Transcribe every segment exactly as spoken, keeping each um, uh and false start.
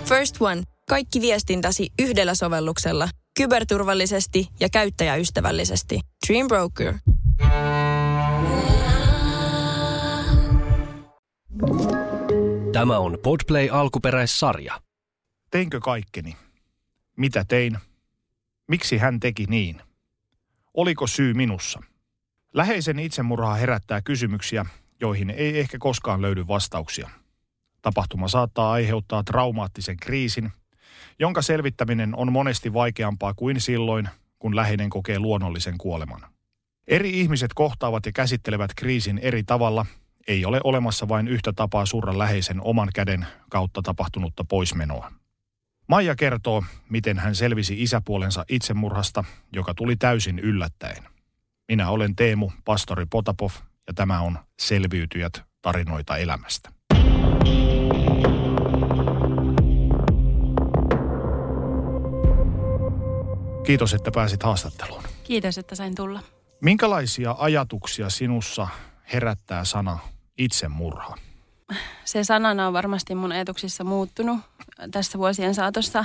First One. Kaikki viestintäsi yhdellä sovelluksella. Kyberturvallisesti ja käyttäjäystävällisesti. Dream Broker. Tämä on Podplay alkuperäissarja. Teinkö kaikkeni? Mitä tein? Miksi hän teki niin? Oliko syy minussa? Läheisen itsemurha herättää kysymyksiä, joihin ei ehkä koskaan löydy vastauksia. Tapahtuma saattaa aiheuttaa traumaattisen kriisin, jonka selvittäminen on monesti vaikeampaa kuin silloin, kun läheinen kokee luonnollisen kuoleman. Eri ihmiset kohtaavat ja käsittelevät kriisin eri tavalla. Ei ole olemassa vain yhtä tapaa surra läheisen oman käden kautta tapahtunutta poismenoa. Maija kertoo, miten hän selvisi isäpuolensa itsemurhasta, joka tuli täysin yllättäen. Minä olen Teemu, pastori Potapov, ja tämä on Selviytyjät, tarinoita elämästä. Kiitos, että pääsit haastatteluun. Kiitos, että sain tulla. Minkälaisia ajatuksia sinussa herättää sana itsemurha? Se sanana on varmasti mun ajatuksissa muuttunut tässä vuosien saatossa.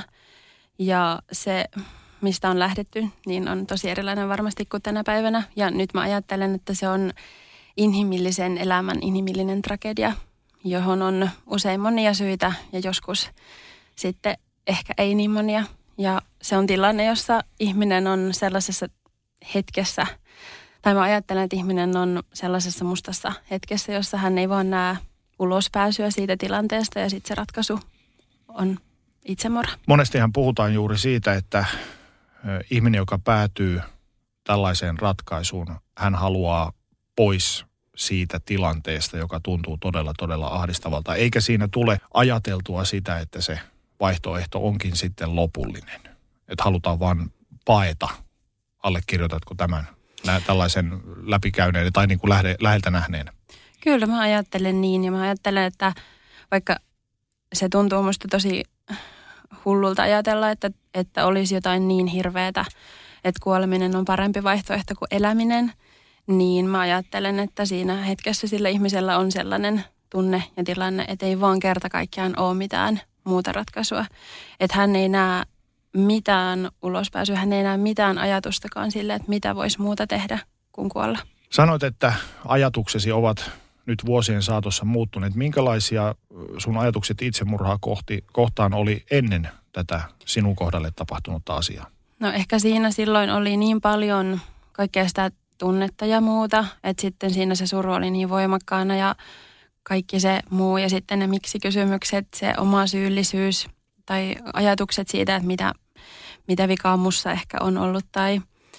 Ja se, mistä on lähdetty, niin on tosi erilainen varmasti kuin tänä päivänä. Ja nyt mä ajattelen, että se on inhimillisen elämän inhimillinen tragedia, johon on usein monia syitä ja joskus sitten ehkä ei niin monia. Ja se on tilanne, jossa ihminen on sellaisessa hetkessä, tai mä ajattelen, että ihminen on sellaisessa mustassa hetkessä, jossa hän ei vaan näe ulospääsyä siitä tilanteesta ja sitten se ratkaisu on itsemurha. Monestihan puhutaan juuri siitä, että ihminen, joka päätyy tällaiseen ratkaisuun, hän haluaa pois siitä tilanteesta, joka tuntuu todella, todella ahdistavalta. Eikä siinä tule ajateltua sitä, että se vaihtoehto onkin sitten lopullinen. Että halutaan vaan paeta. Allekirjoitatko tämän nä, tällaisen läpikäyneen tai niin kuin lähde, läheltä nähneen? Kyllä mä ajattelen niin, ja mä ajattelen, että vaikka se tuntuu musta tosi hullulta ajatella, että, että olisi jotain niin hirveätä, että kuoleminen on parempi vaihtoehto kuin eläminen, niin mä ajattelen, että siinä hetkessä sillä ihmisellä on sellainen tunne ja tilanne, että ei vaan kerta kaikkiaan ole mitään muuta ratkaisua. Että hän ei näe mitään ulospääsyä, hän ei näe mitään ajatustakaan sille, että mitä voisi muuta tehdä kuin kuolla. Sanoit, että ajatuksesi ovat nyt vuosien saatossa muuttuneet. Minkälaisia sun ajatukset itsemurhaa kohti, kohtaan oli ennen tätä sinun kohdalle tapahtunutta asiaa? No ehkä siinä silloin oli niin paljon kaikkea sitä tunnetta ja muuta, että sitten siinä se suru oli niin voimakkaana ja kaikki se muu ja sitten ne miksi-kysymykset, se oma syyllisyys tai ajatukset siitä, että mitä, mitä vikaa mussa ehkä on ollut tai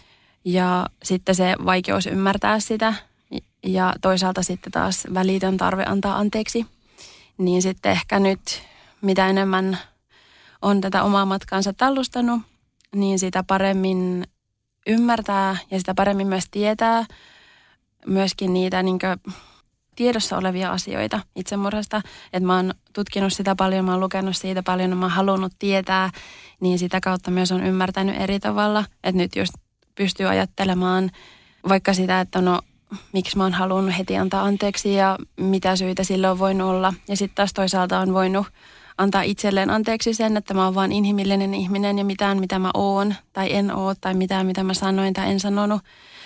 ja sitten se vaikeus ymmärtää sitä ja toisaalta sitten taas välitön tarve antaa anteeksi. Niin sitten ehkä nyt mitä enemmän on tätä omaa matkaansa tallustanut, niin sitä paremmin ymmärtää ja sitä paremmin myös tietää myöskin niitä niin kuin tiedossa olevia asioita itsemurhasta. Että mä oon tutkinut sitä paljon, mä oon lukenut siitä paljon, mä oon halunnut tietää, niin sitä kautta myös on ymmärtänyt eri tavalla. Että nyt just pystyy ajattelemaan vaikka sitä, että no miksi mä oon halunnut heti antaa anteeksi ja mitä syitä sille on voinut olla. Ja sitten taas toisaalta on voinut antaa itselleen anteeksi sen, että mä oon vaan inhimillinen ihminen ja mitään mitä mä oon tai en oo tai mitään mitä mä sanoin tai en sanonut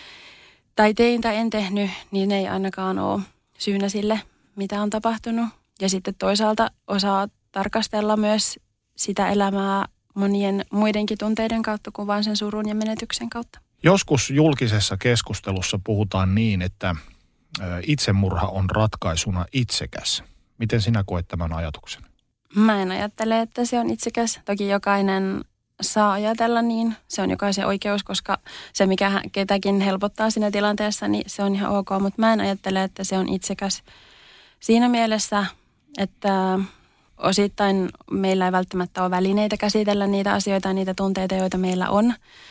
tai tein tai en tehnyt, niin ei ainakaan ole syynä sille, mitä on tapahtunut. Ja sitten toisaalta osaa tarkastella myös sitä elämää monien muidenkin tunteiden kautta kuin vain sen surun ja menetyksen kautta. Joskus julkisessa keskustelussa puhutaan niin, että itsemurha on ratkaisuna itsekäs. Miten sinä koet tämän ajatuksen? Mä en ajattele, että se on itsekäs. Toki jokainen saa ajatella niin. Se on jokaisen oikeus, koska se, mikä ketäkin helpottaa siinä tilanteessa, niin se on ihan ok. Mutta mä en ajattele, että se on itsekäs siinä mielessä, että osittain meillä ei välttämättä ole välineitä käsitellä niitä asioita ja niitä tunteita, joita meillä on.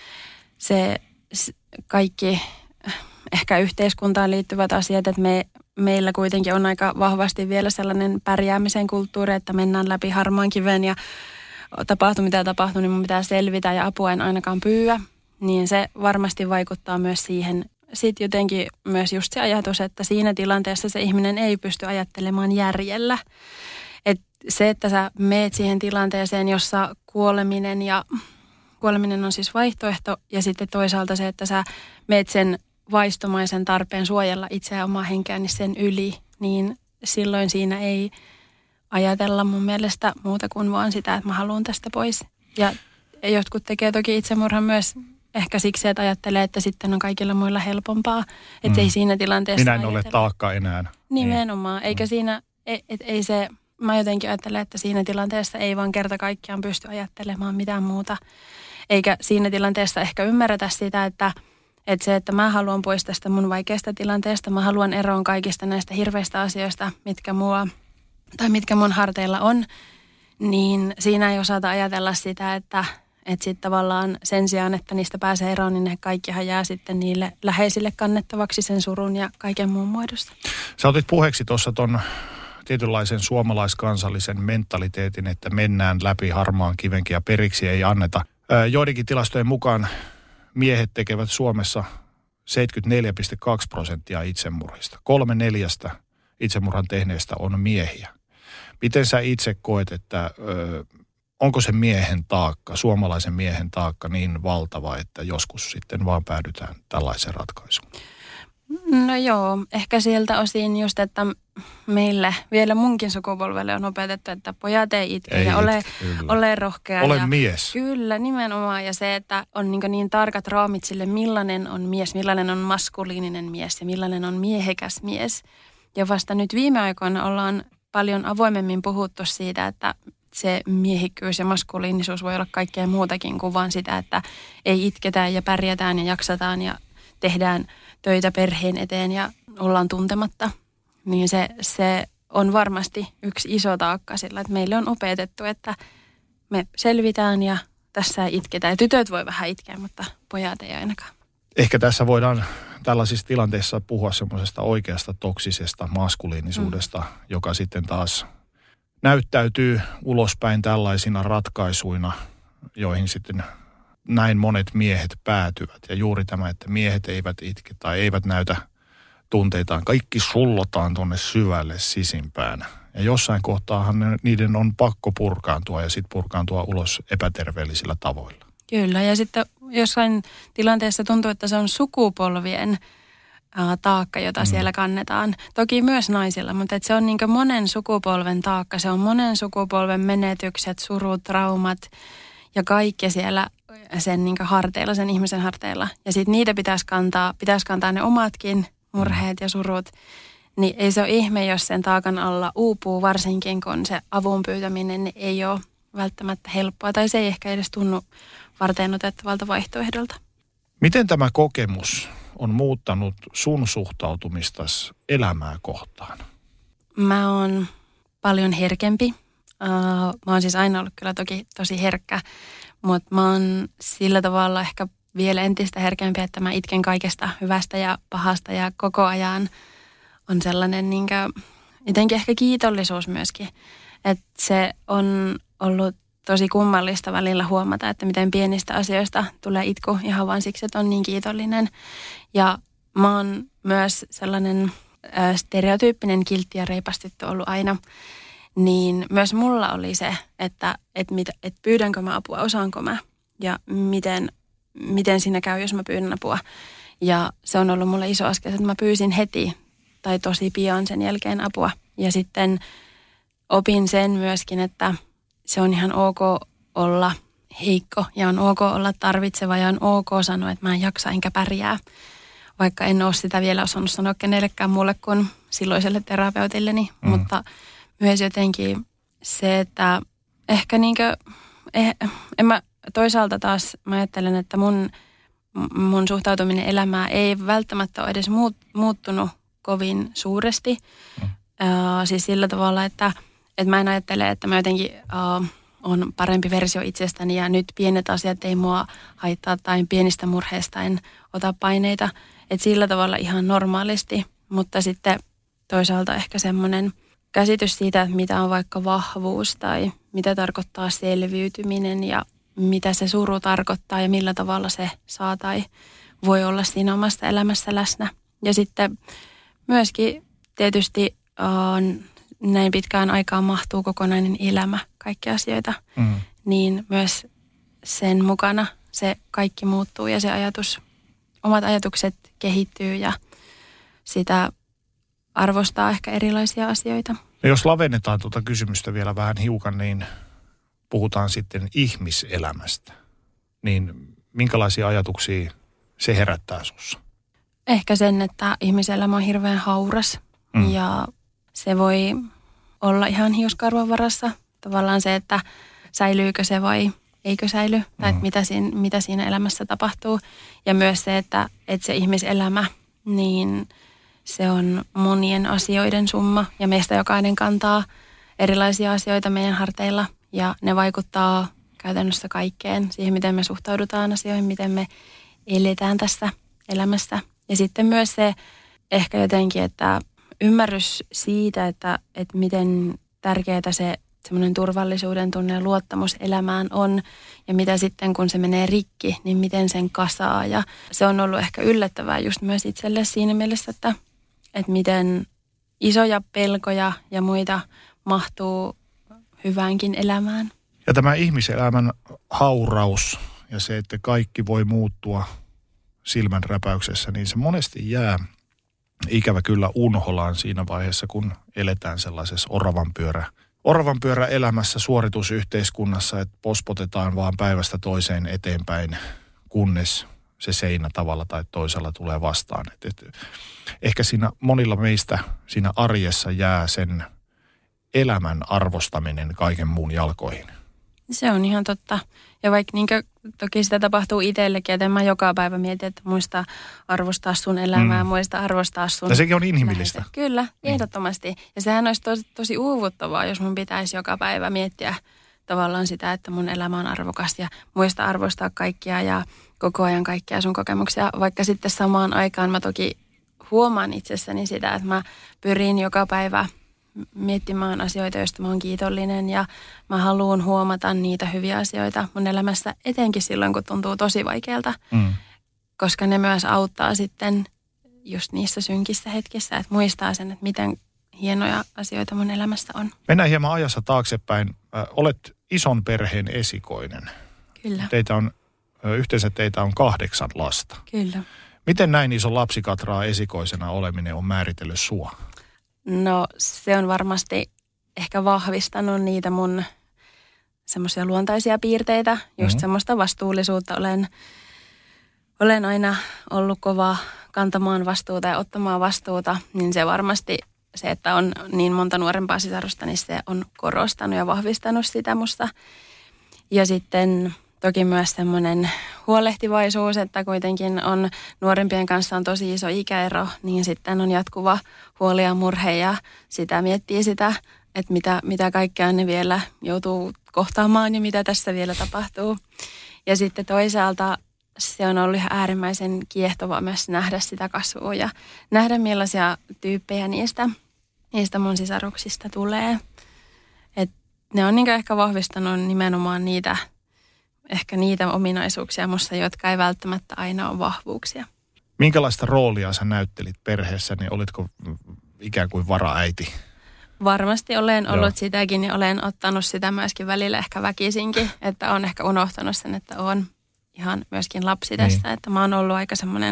Se kaikki ehkä yhteiskuntaan liittyvät asiat, että me, meillä kuitenkin on aika vahvasti vielä sellainen pärjäämisen kulttuuri, että mennään läpi harmaan kiven ja tapahtuu mitä tapahtuu, niin mun pitää selvitä ja apua en ainakaan pyyä. Niin se varmasti vaikuttaa myös siihen. Sitten jotenkin myös just se ajatus, että siinä tilanteessa se ihminen ei pysty ajattelemaan järjellä. Että se, että sä meet siihen tilanteeseen, jossa kuoleminen ja kuoleminen on siis vaihtoehto ja sitten toisaalta se, että sä meet sen vaistomaisen tarpeen suojella itseä omaa henkeä, niin sen yli, niin silloin siinä ei ajatella mun mielestä muuta kuin vaan sitä, että mä haluan tästä pois. Ja jotkut tekee toki itsemurhan myös ehkä siksi, että ajattelee, että sitten on kaikilla muilla helpompaa. Että mm. ei siinä tilanteessa minä en ajatella. Ole taakka enää. Nimenomaan. Eikä mm. siinä, et, et, ei se, mä jotenkin ajattelen, että siinä tilanteessa ei vaan kerta kaikkiaan pysty ajattelemaan mitään muuta. Eikä siinä tilanteessa ehkä ymmärretä sitä, että, että se, että mä haluan pois tästä mun vaikeasta tilanteesta, mä haluan eroon kaikista näistä hirveistä asioista, mitkä mua, tai mitkä mun harteilla on, niin siinä ei osata ajatella sitä, että että sitten tavallaan sen sijaan, että niistä pääsee eroon, niin ne kaikkihan jää sitten niille läheisille kannettavaksi sen surun ja kaiken muun muodosta. Sä otit puheeksi tuossa ton tietynlaisen suomalaiskansallisen mentaliteetin, että mennään läpi harmaan kivenkin ja periksi ei anneta. Joidenkin tilastojen mukaan miehet tekevät Suomessa seitsemänkymmentäneljä pilkku kaksi prosenttia itsemurhista. Kolme neljästä itsemurhan tehneestä on miehiä. Miten sä itse koet, että ö, onko se miehen taakka, suomalaisen miehen taakka niin valtava, että joskus sitten vaan päädytään tällaiseen ratkaisuun? No joo, ehkä sieltä osin just, että meille, vielä munkin sukupolvelle on opetettu, että pojat ei itke ei ja ole, ole rohkea. Ole ja, mies. Kyllä, nimenomaan. Ja se, että on niin, niin tarkat raamit sille, millainen on mies, millainen on maskuliininen mies ja millainen on miehekäs mies. Ja vasta nyt viime aikoina ollaan paljon avoimemmin puhuttu siitä, että se miehikkyys ja maskuliinisuus voi olla kaikkea muutakin kuin vaan sitä, että ei itketä ja pärjätään ja jaksataan ja tehdään töitä perheen eteen ja ollaan tuntematta. Niin se, se on varmasti yksi iso taakka sillä, että meille on opetettu, että me selvitään ja tässä itketään. Ja tytöt voi vähän itkeä, mutta pojat ei ainakaan. Ehkä tässä voidaan tällaisissa tilanteissa puhua semmoisesta oikeasta toksisesta maskuliinisuudesta, mm. joka sitten taas näyttäytyy ulospäin tällaisina ratkaisuina, joihin sitten näin monet miehet päätyvät. Ja juuri tämä, että miehet eivät itke tai eivät näytä tunteitaan. Kaikki sullotaan tuonne syvälle sisimpään. Ja jossain kohtaahan niiden on pakko purkaantua ja sitten purkaantua ulos epäterveellisillä tavoilla. Kyllä, ja sitten jossain tilanteessa tuntuu, että se on sukupolvien taakka, jota mm. siellä kannetaan. Toki myös naisilla, mutta että se on niin kuin monen sukupolven taakka. Se on monen sukupolven menetykset, surut, traumat ja kaikki siellä sen niin kuin harteilla, sen ihmisen harteilla. Ja sitten niitä pitäisi kantaa, pitäisi kantaa ne omatkin murheet ja surut. Niin ei se ole ihme, jos sen taakan alla uupuu, varsinkin kun se avun pyytäminen niin ei ole välttämättä helppoa. Tai se ei ehkä edes tunnu varteenotettavalta vaihtoehdolta. Miten tämä kokemus on muuttanut sun suhtautumistasi elämää kohtaan? Mä oon paljon herkempi. Mä oon siis aina ollut kyllä toki tosi herkkä, mutta mä oon sillä tavalla ehkä vielä entistä herkempi, että mä itken kaikesta hyvästä ja pahasta ja koko ajan on sellainen niin kuin, jotenkin ehkä kiitollisuus myöskin. Että se on ollut tosi kummallista välillä huomata, että miten pienistä asioista tulee itku ihan vaan siksi, että on niin kiitollinen. Ja mä oon myös sellainen äh, stereotyyppinen kiltti ja reipastettu ollut aina. Niin myös mulla oli se, että et mit, et pyydänkö mä apua, osaanko mä ja miten, miten siinä käy, jos mä pyydän apua. Ja se on ollut mulle iso askel, että mä pyysin heti tai tosi pian sen jälkeen apua. Ja sitten opin sen myöskin, että se on ihan ok olla heikko ja on ok olla tarvitseva ja on ok sanoa, että mä en jaksa enkä pärjää. Vaikka en ole sitä vielä osannut sanoa kenellekään muulle kuin silloiselle terapeutilleni. Mm. Mutta myös jotenkin se, että ehkä niinkö, eh, en mä, toisaalta taas mä ajattelen, että mun, mun suhtautuminen elämään ei välttämättä ole edes muut, muuttunut kovin suuresti. Mm. Uh, siis sillä tavalla, että että mä en ajattele, että mä jotenkin uh, on parempi versio itsestäni ja nyt pienet asiat ei mua haittaa tai pienistä murheista en ota paineita. Että sillä tavalla ihan normaalisti, mutta sitten toisaalta ehkä semmoinen käsitys siitä, että mitä on vaikka vahvuus tai mitä tarkoittaa selviytyminen ja mitä se suru tarkoittaa ja millä tavalla se saa tai voi olla siinä omassa elämässä läsnä. Ja sitten myöskin tietysti on uh, näin pitkään aikaan mahtuu kokonainen elämä, kaikki asioita, mm. niin myös sen mukana se kaikki muuttuu ja se ajatus, omat ajatukset kehittyy ja sitä arvostaa ehkä erilaisia asioita. No jos lavennetaan tuota kysymystä vielä vähän hiukan, niin puhutaan sitten ihmiselämästä. Niin minkälaisia ajatuksia se herättää sussa? Ehkä sen, että ihmiselämä on hirveän hauras mm. ja se voi olla ihan hiuskarvan varassa. Tavallaan se, että säilyykö se vai eikö säily, tai mm. mitä, siinä, mitä siinä elämässä tapahtuu. Ja myös se, että, että se ihmiselämä, niin se on monien asioiden summa ja meistä jokainen kantaa erilaisia asioita meidän harteilla ja ne vaikuttaa käytännössä kaikkeen, siihen miten me suhtaudutaan asioihin, miten me eletään tässä elämässä. Ja sitten myös se ehkä jotenkin, että ymmärrys siitä, että, että miten tärkeää se semmoinen turvallisuuden tunne ja luottamus elämään on ja mitä sitten kun se menee rikki, niin miten sen kasaa. Ja se on ollut ehkä yllättävää just myös itselle siinä mielessä, että, että miten isoja pelkoja ja muita mahtuu hyväänkin elämään. Ja tämä ihmiselämän hauraus ja se, että kaikki voi muuttua silmänräpäyksessä, niin se monesti jää ikävä kyllä unholaan siinä vaiheessa, kun eletään sellaisessa oravanpyörä, oravanpyörä elämässä suoritusyhteiskunnassa, että pospotetaan vaan päivästä toiseen eteenpäin, kunnes se seinä tavalla tai toisella tulee vastaan. Et, et, ehkä siinä monilla meistä siinä arjessa jää sen elämän arvostaminen kaiken muun jalkoihin. Se on ihan totta. Ja vaikka niinkö, toki sitä tapahtuu itsellekin, että mä joka päivä mietin, että muista arvostaa sun elämää, mm. muista arvostaa sun... Ja sekin on inhimillistä. Lähetä. Kyllä, niin. Ehdottomasti. Ja sehän olisi tosi, tosi uuvuttavaa, jos mun pitäisi joka päivä miettiä tavallaan sitä, että mun elämä on arvokas ja muista arvostaa kaikkia ja koko ajan kaikkia sun kokemuksia. Vaikka sitten samaan aikaan mä toki huomaan itsessäni sitä, että mä pyrin joka päivä miettimään asioita, joista mä oon kiitollinen ja mä haluan huomata niitä hyviä asioita mun elämässä, etenkin silloin, kun tuntuu tosi vaikealta, mm. koska ne myös auttaa sitten just niissä synkissä hetkissä, että muistaa sen, että miten hienoja asioita mun elämässä on. Mennään hieman ajassa taaksepäin. Äh, olet ison perheen esikoinen. Kyllä. Teitä on, yhteensä teitä on kahdeksan lasta. Kyllä. Miten näin iso lapsikatraa esikoisena oleminen on määritellyt sua? No se on varmasti ehkä vahvistanut niitä mun semmoisia luontaisia piirteitä, just mm-hmm. semmoista vastuullisuutta. Olen, olen aina ollut kova kantamaan vastuuta ja ottamaan vastuuta, niin se varmasti se, että on niin monta nuorempaa sisarusta, niin se on korostanut ja vahvistanut sitä musta. Ja sitten toki myös semmoinen huolehtivaisuus, että kuitenkin on nuorempien kanssa on tosi iso ikäero, niin sitten on jatkuva huoli ja murhe ja sitä miettii sitä, että mitä, mitä kaikkea ne vielä joutuu kohtaamaan ja mitä tässä vielä tapahtuu. Ja sitten toisaalta se on ollut ihan äärimmäisen kiehtovaa myös nähdä sitä kasvua ja nähdä millaisia tyyppejä niistä, niistä mun sisaruksista tulee. Et ne on niin ehkä vahvistanut nimenomaan niitä ehkä niitä ominaisuuksia musta, jotka ei välttämättä aina ole vahvuuksia. Minkälaista roolia sä näyttelit perheessä, niin olitko ikään kuin varaäiti? Varmasti olen ollut Joo. sitäkin ja olen ottanut sitä myöskin välillä ehkä väkisinkin, että olen ehkä unohtanut sen, että olen ihan myöskin lapsi tästä. Niin. Että mä oon ollut aika semmoinen,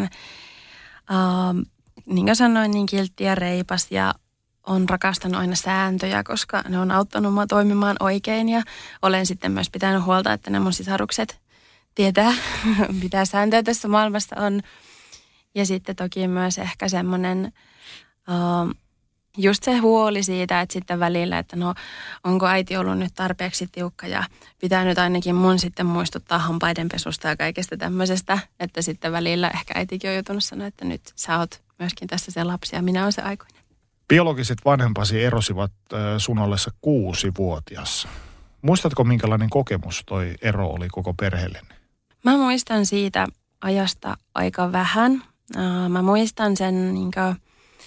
äh, niin kuin sanoin, niin kiltti ja reipas ja on rakastanut aina sääntöjä, koska ne on auttanut mua toimimaan oikein ja olen sitten myös pitänyt huolta, että ne mun sisarukset tietää, mitä sääntöjä tässä maailmassa on. Ja sitten toki myös ehkä semmoinen uh, just se huoli siitä, että sitten välillä, että no onko äiti ollut nyt tarpeeksi tiukka ja pitää nyt ainakin mun sitten muistuttaa hampaidenpesusta ja kaikesta tämmöisestä, että sitten välillä ehkä äitikin on joutunut sanoa, että nyt sä oot myöskin tässä se lapsi ja minä olen se aikuinen. Biologiset vanhempasi erosivat sun ollessa kuusivuotias. Muistatko, minkälainen kokemus toi ero oli koko perheelle? Mä muistan siitä ajasta aika vähän. Mä muistan sen, niin kuin,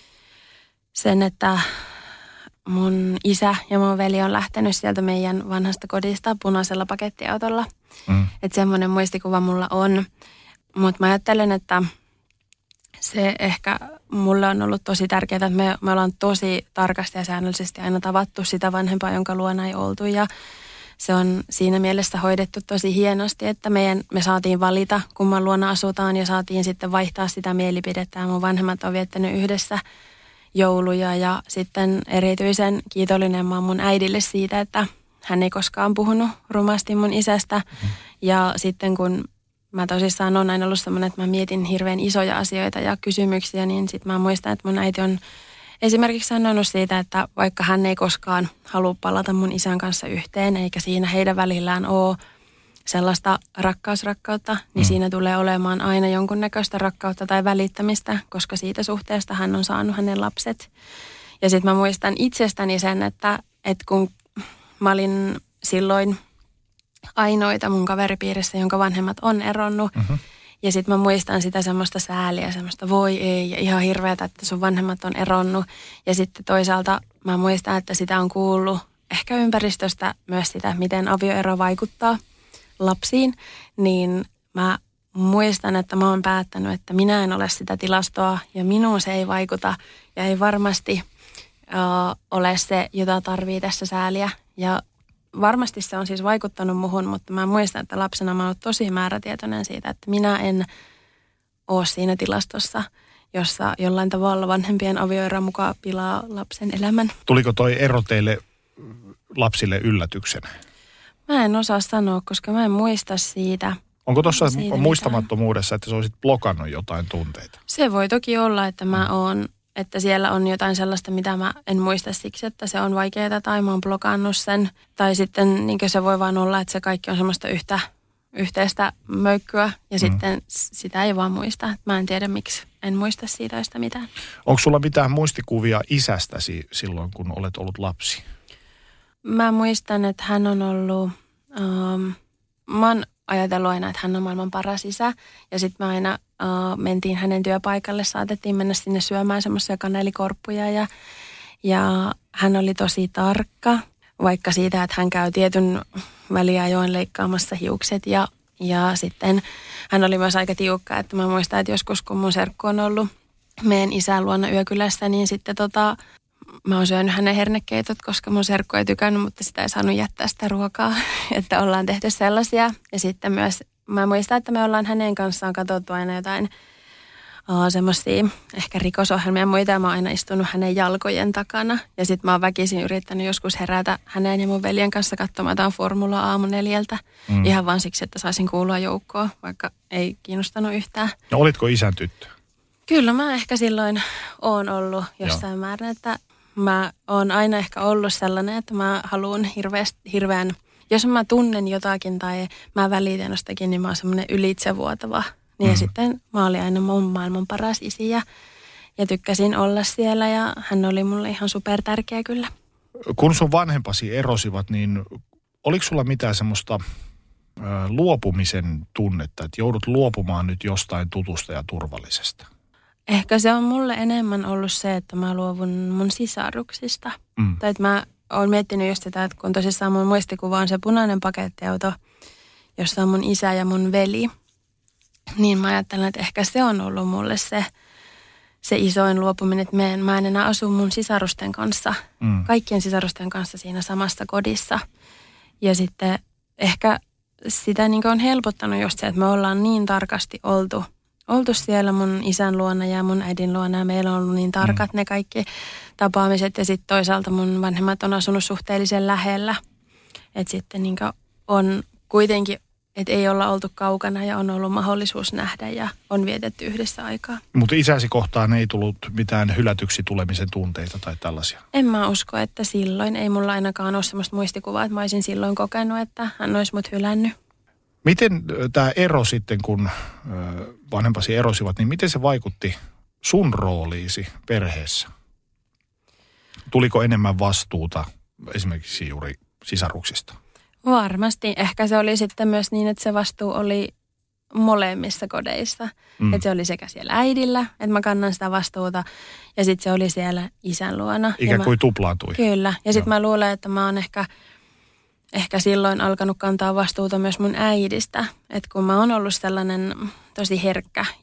sen, että mun isä ja mun veli on lähtenyt sieltä meidän vanhasta kodista punaisella pakettiautolla. Mm. Että semmoinen muistikuva mulla on. Mutta mä ajattelen, että se ehkä mulle on ollut tosi tärkeää, että me, me ollaan tosi tarkasti ja säännöllisesti aina tavattu sitä vanhempaa, jonka luona ei oltu. Ja se on siinä mielessä hoidettu tosi hienosti, että meidän, me saatiin valita, kumman luona asutaan ja saatiin sitten vaihtaa sitä mielipidettä. Mun vanhemmat on viettänyt yhdessä jouluja ja sitten erityisen kiitollinen mä oon mun äidille siitä, että hän ei koskaan puhunut rumasti mun isästä. Mm. Ja sitten kun mä tosissaan on aina ollut sellainen, että mä mietin hirveän isoja asioita ja kysymyksiä, niin sitten mä muistan, että mun äiti on esimerkiksi sanonut siitä, että vaikka hän ei koskaan halua palata mun isän kanssa yhteen, eikä siinä heidän välillään ole sellaista rakkausrakkautta, niin mm. siinä tulee olemaan aina jonkunnäköistä rakkautta tai välittämistä, koska siitä suhteesta hän on saanut hänen lapset. Ja sitten mä muistan itsestäni sen, että, että kun mä olin silloin ainoita mun kaveripiirissä, jonka vanhemmat on eronnut, mm-hmm. ja sitten mä muistan sitä semmoista sääliä, semmoista voi ei, ja ihan hirveätä, että sun vanhemmat on eronnut. Ja sitten toisaalta mä muistan, että sitä on kuullut ehkä ympäristöstä myös sitä, miten avioero vaikuttaa lapsiin, niin mä muistan, että mä oon päättänyt, että minä en ole sitä tilastoa, ja minuun se ei vaikuta, ja ei varmasti uh, ole se, jota tarvii tässä sääliä. Ja varmasti se on siis vaikuttanut muhun, mutta mä muistan, että lapsena mä oon ollut tosi määrätietoinen siitä, että minä en ole siinä tilastossa, jossa jollain tavalla vanhempien avioeron mukaan pilaa lapsen elämän. Tuliko toi ero teille lapsille yllätyksenä? Mä en osaa sanoa, koska mä en muista siitä. Onko tuossa muistamattomuudessa, että sä olisit blokannut jotain tunteita? Se voi toki olla, että mä oon, että siellä on jotain sellaista, mitä mä en muista siksi, että se on vaikeaa tai mä oon blokannut sen. Tai sitten niin se voi vaan olla, että se kaikki on semmoista yhtä, yhteistä möykkyä ja mm. sitten sitä ei vaan muista. Mä en tiedä, miksi en muista siitä sitä mitään. Onko sulla mitään muistikuvia isästäsi silloin, kun olet ollut lapsi? Mä muistan, että hän on ollut, um, mä oon ajatellut aina, että hän on maailman paras isä. Ja sitten me aina uh, mentiin hänen työpaikalle, saatettiin mennä sinne syömään semmoisia kanelikorppuja. Ja, ja hän oli tosi tarkka, vaikka siitä, että hän käy tietyn väliajoin leikkaamassa hiukset. Ja, ja sitten hän oli myös aika tiukka, että mä muistan, että joskus kun mun serkku on ollut meidän isän luona yökylässä, niin sitten tota... Mä oon syönyt hänen hernekeitot, koska mun serkku ei tykännyt, mutta sitä ei saanut jättää sitä ruokaa, että ollaan tehty sellaisia. Ja sitten myös, mä muistan, että me ollaan hänen kanssaan katsottu aina jotain uh, semmoisia ehkä rikosohjelmia ja muita. Ja mä oon aina istunut hänen jalkojen takana. Ja sitten mä oon väkisin yrittänyt joskus herätä hänen ja mun veljen kanssa katsomaan jotain formulaa aamu neljältä. Mm. Ihan vaan siksi, että saisin kuulua joukkoon, vaikka ei kiinnostanut yhtään. No olitko isän tyttö? Kyllä mä ehkä silloin oon ollut jossain Joo. määrin, että mä oon aina ehkä ollut sellainen, että mä haluan hirveästi, hirveän, jos mä tunnen jotakin tai mä välitän jostakin, niin mä oon semmoinen ylitsevuotava. Niin mm. ja sitten mä olin aina mun maailman paras isi ja, ja tykkäsin olla siellä ja hän oli mulle ihan super tärkeä kyllä. Kun sun vanhempasi erosivat, niin oliko sulla mitään semmoista ö, luopumisen tunnetta, että joudut luopumaan nyt jostain tutusta ja turvallisesta? Ehkä se on mulle enemmän ollut se, että mä luovun mun sisaruksista. Mm. Tai että mä oon miettinyt just sitä, että kun tosissaan mun muistikuva on se punainen pakettiauto, jossa on mun isä ja mun veli, niin mä ajattelen, että ehkä se on ollut mulle se, se isoin luopuminen, että mä en, mä en enää asu mun sisarusten kanssa, mm. kaikkien sisarusten kanssa siinä samassa kodissa. Ja sitten ehkä sitä niin on helpottanut just se, että me ollaan niin tarkasti oltu Oltu siellä mun isän luona ja mun äidin luona ja meillä on ollut niin tarkat mm. ne kaikki tapaamiset. Ja sitten toisaalta mun vanhemmat on asunut suhteellisen lähellä. Että sitten niin on kuitenkin, että ei olla oltu kaukana ja on ollut mahdollisuus nähdä ja on vietetty yhdessä aikaa. Mutta isäsi kohtaan ei tullut mitään hylätyksi tulemisen tunteita tai tällaisia? En mä usko, että silloin. Ei mulla ainakaan ole semmoista muistikuvaa, että mä olisin silloin kokenut, että hän olisi mut hylännyt. Miten tämä ero sitten, kun vanhempasi erosivat, niin miten se vaikutti sun rooliisi perheessä? Tuliko enemmän vastuuta esimerkiksi juuri sisaruksista? Varmasti. Ehkä se oli sitten myös niin, että se vastuu oli molemmissa kodeissa. Mm. Että se oli sekä siellä äidillä, että mä kannan sitä vastuuta, ja sitten se oli siellä isän luona. Ikään kuin tuplaantui. Kyllä. Ja sitten mä luulen, että mä oon ehkä... Ehkä silloin alkanut kantaa vastuuta myös mun äidistä. Että kun mä oon ollut sellainen tosi herkkä ja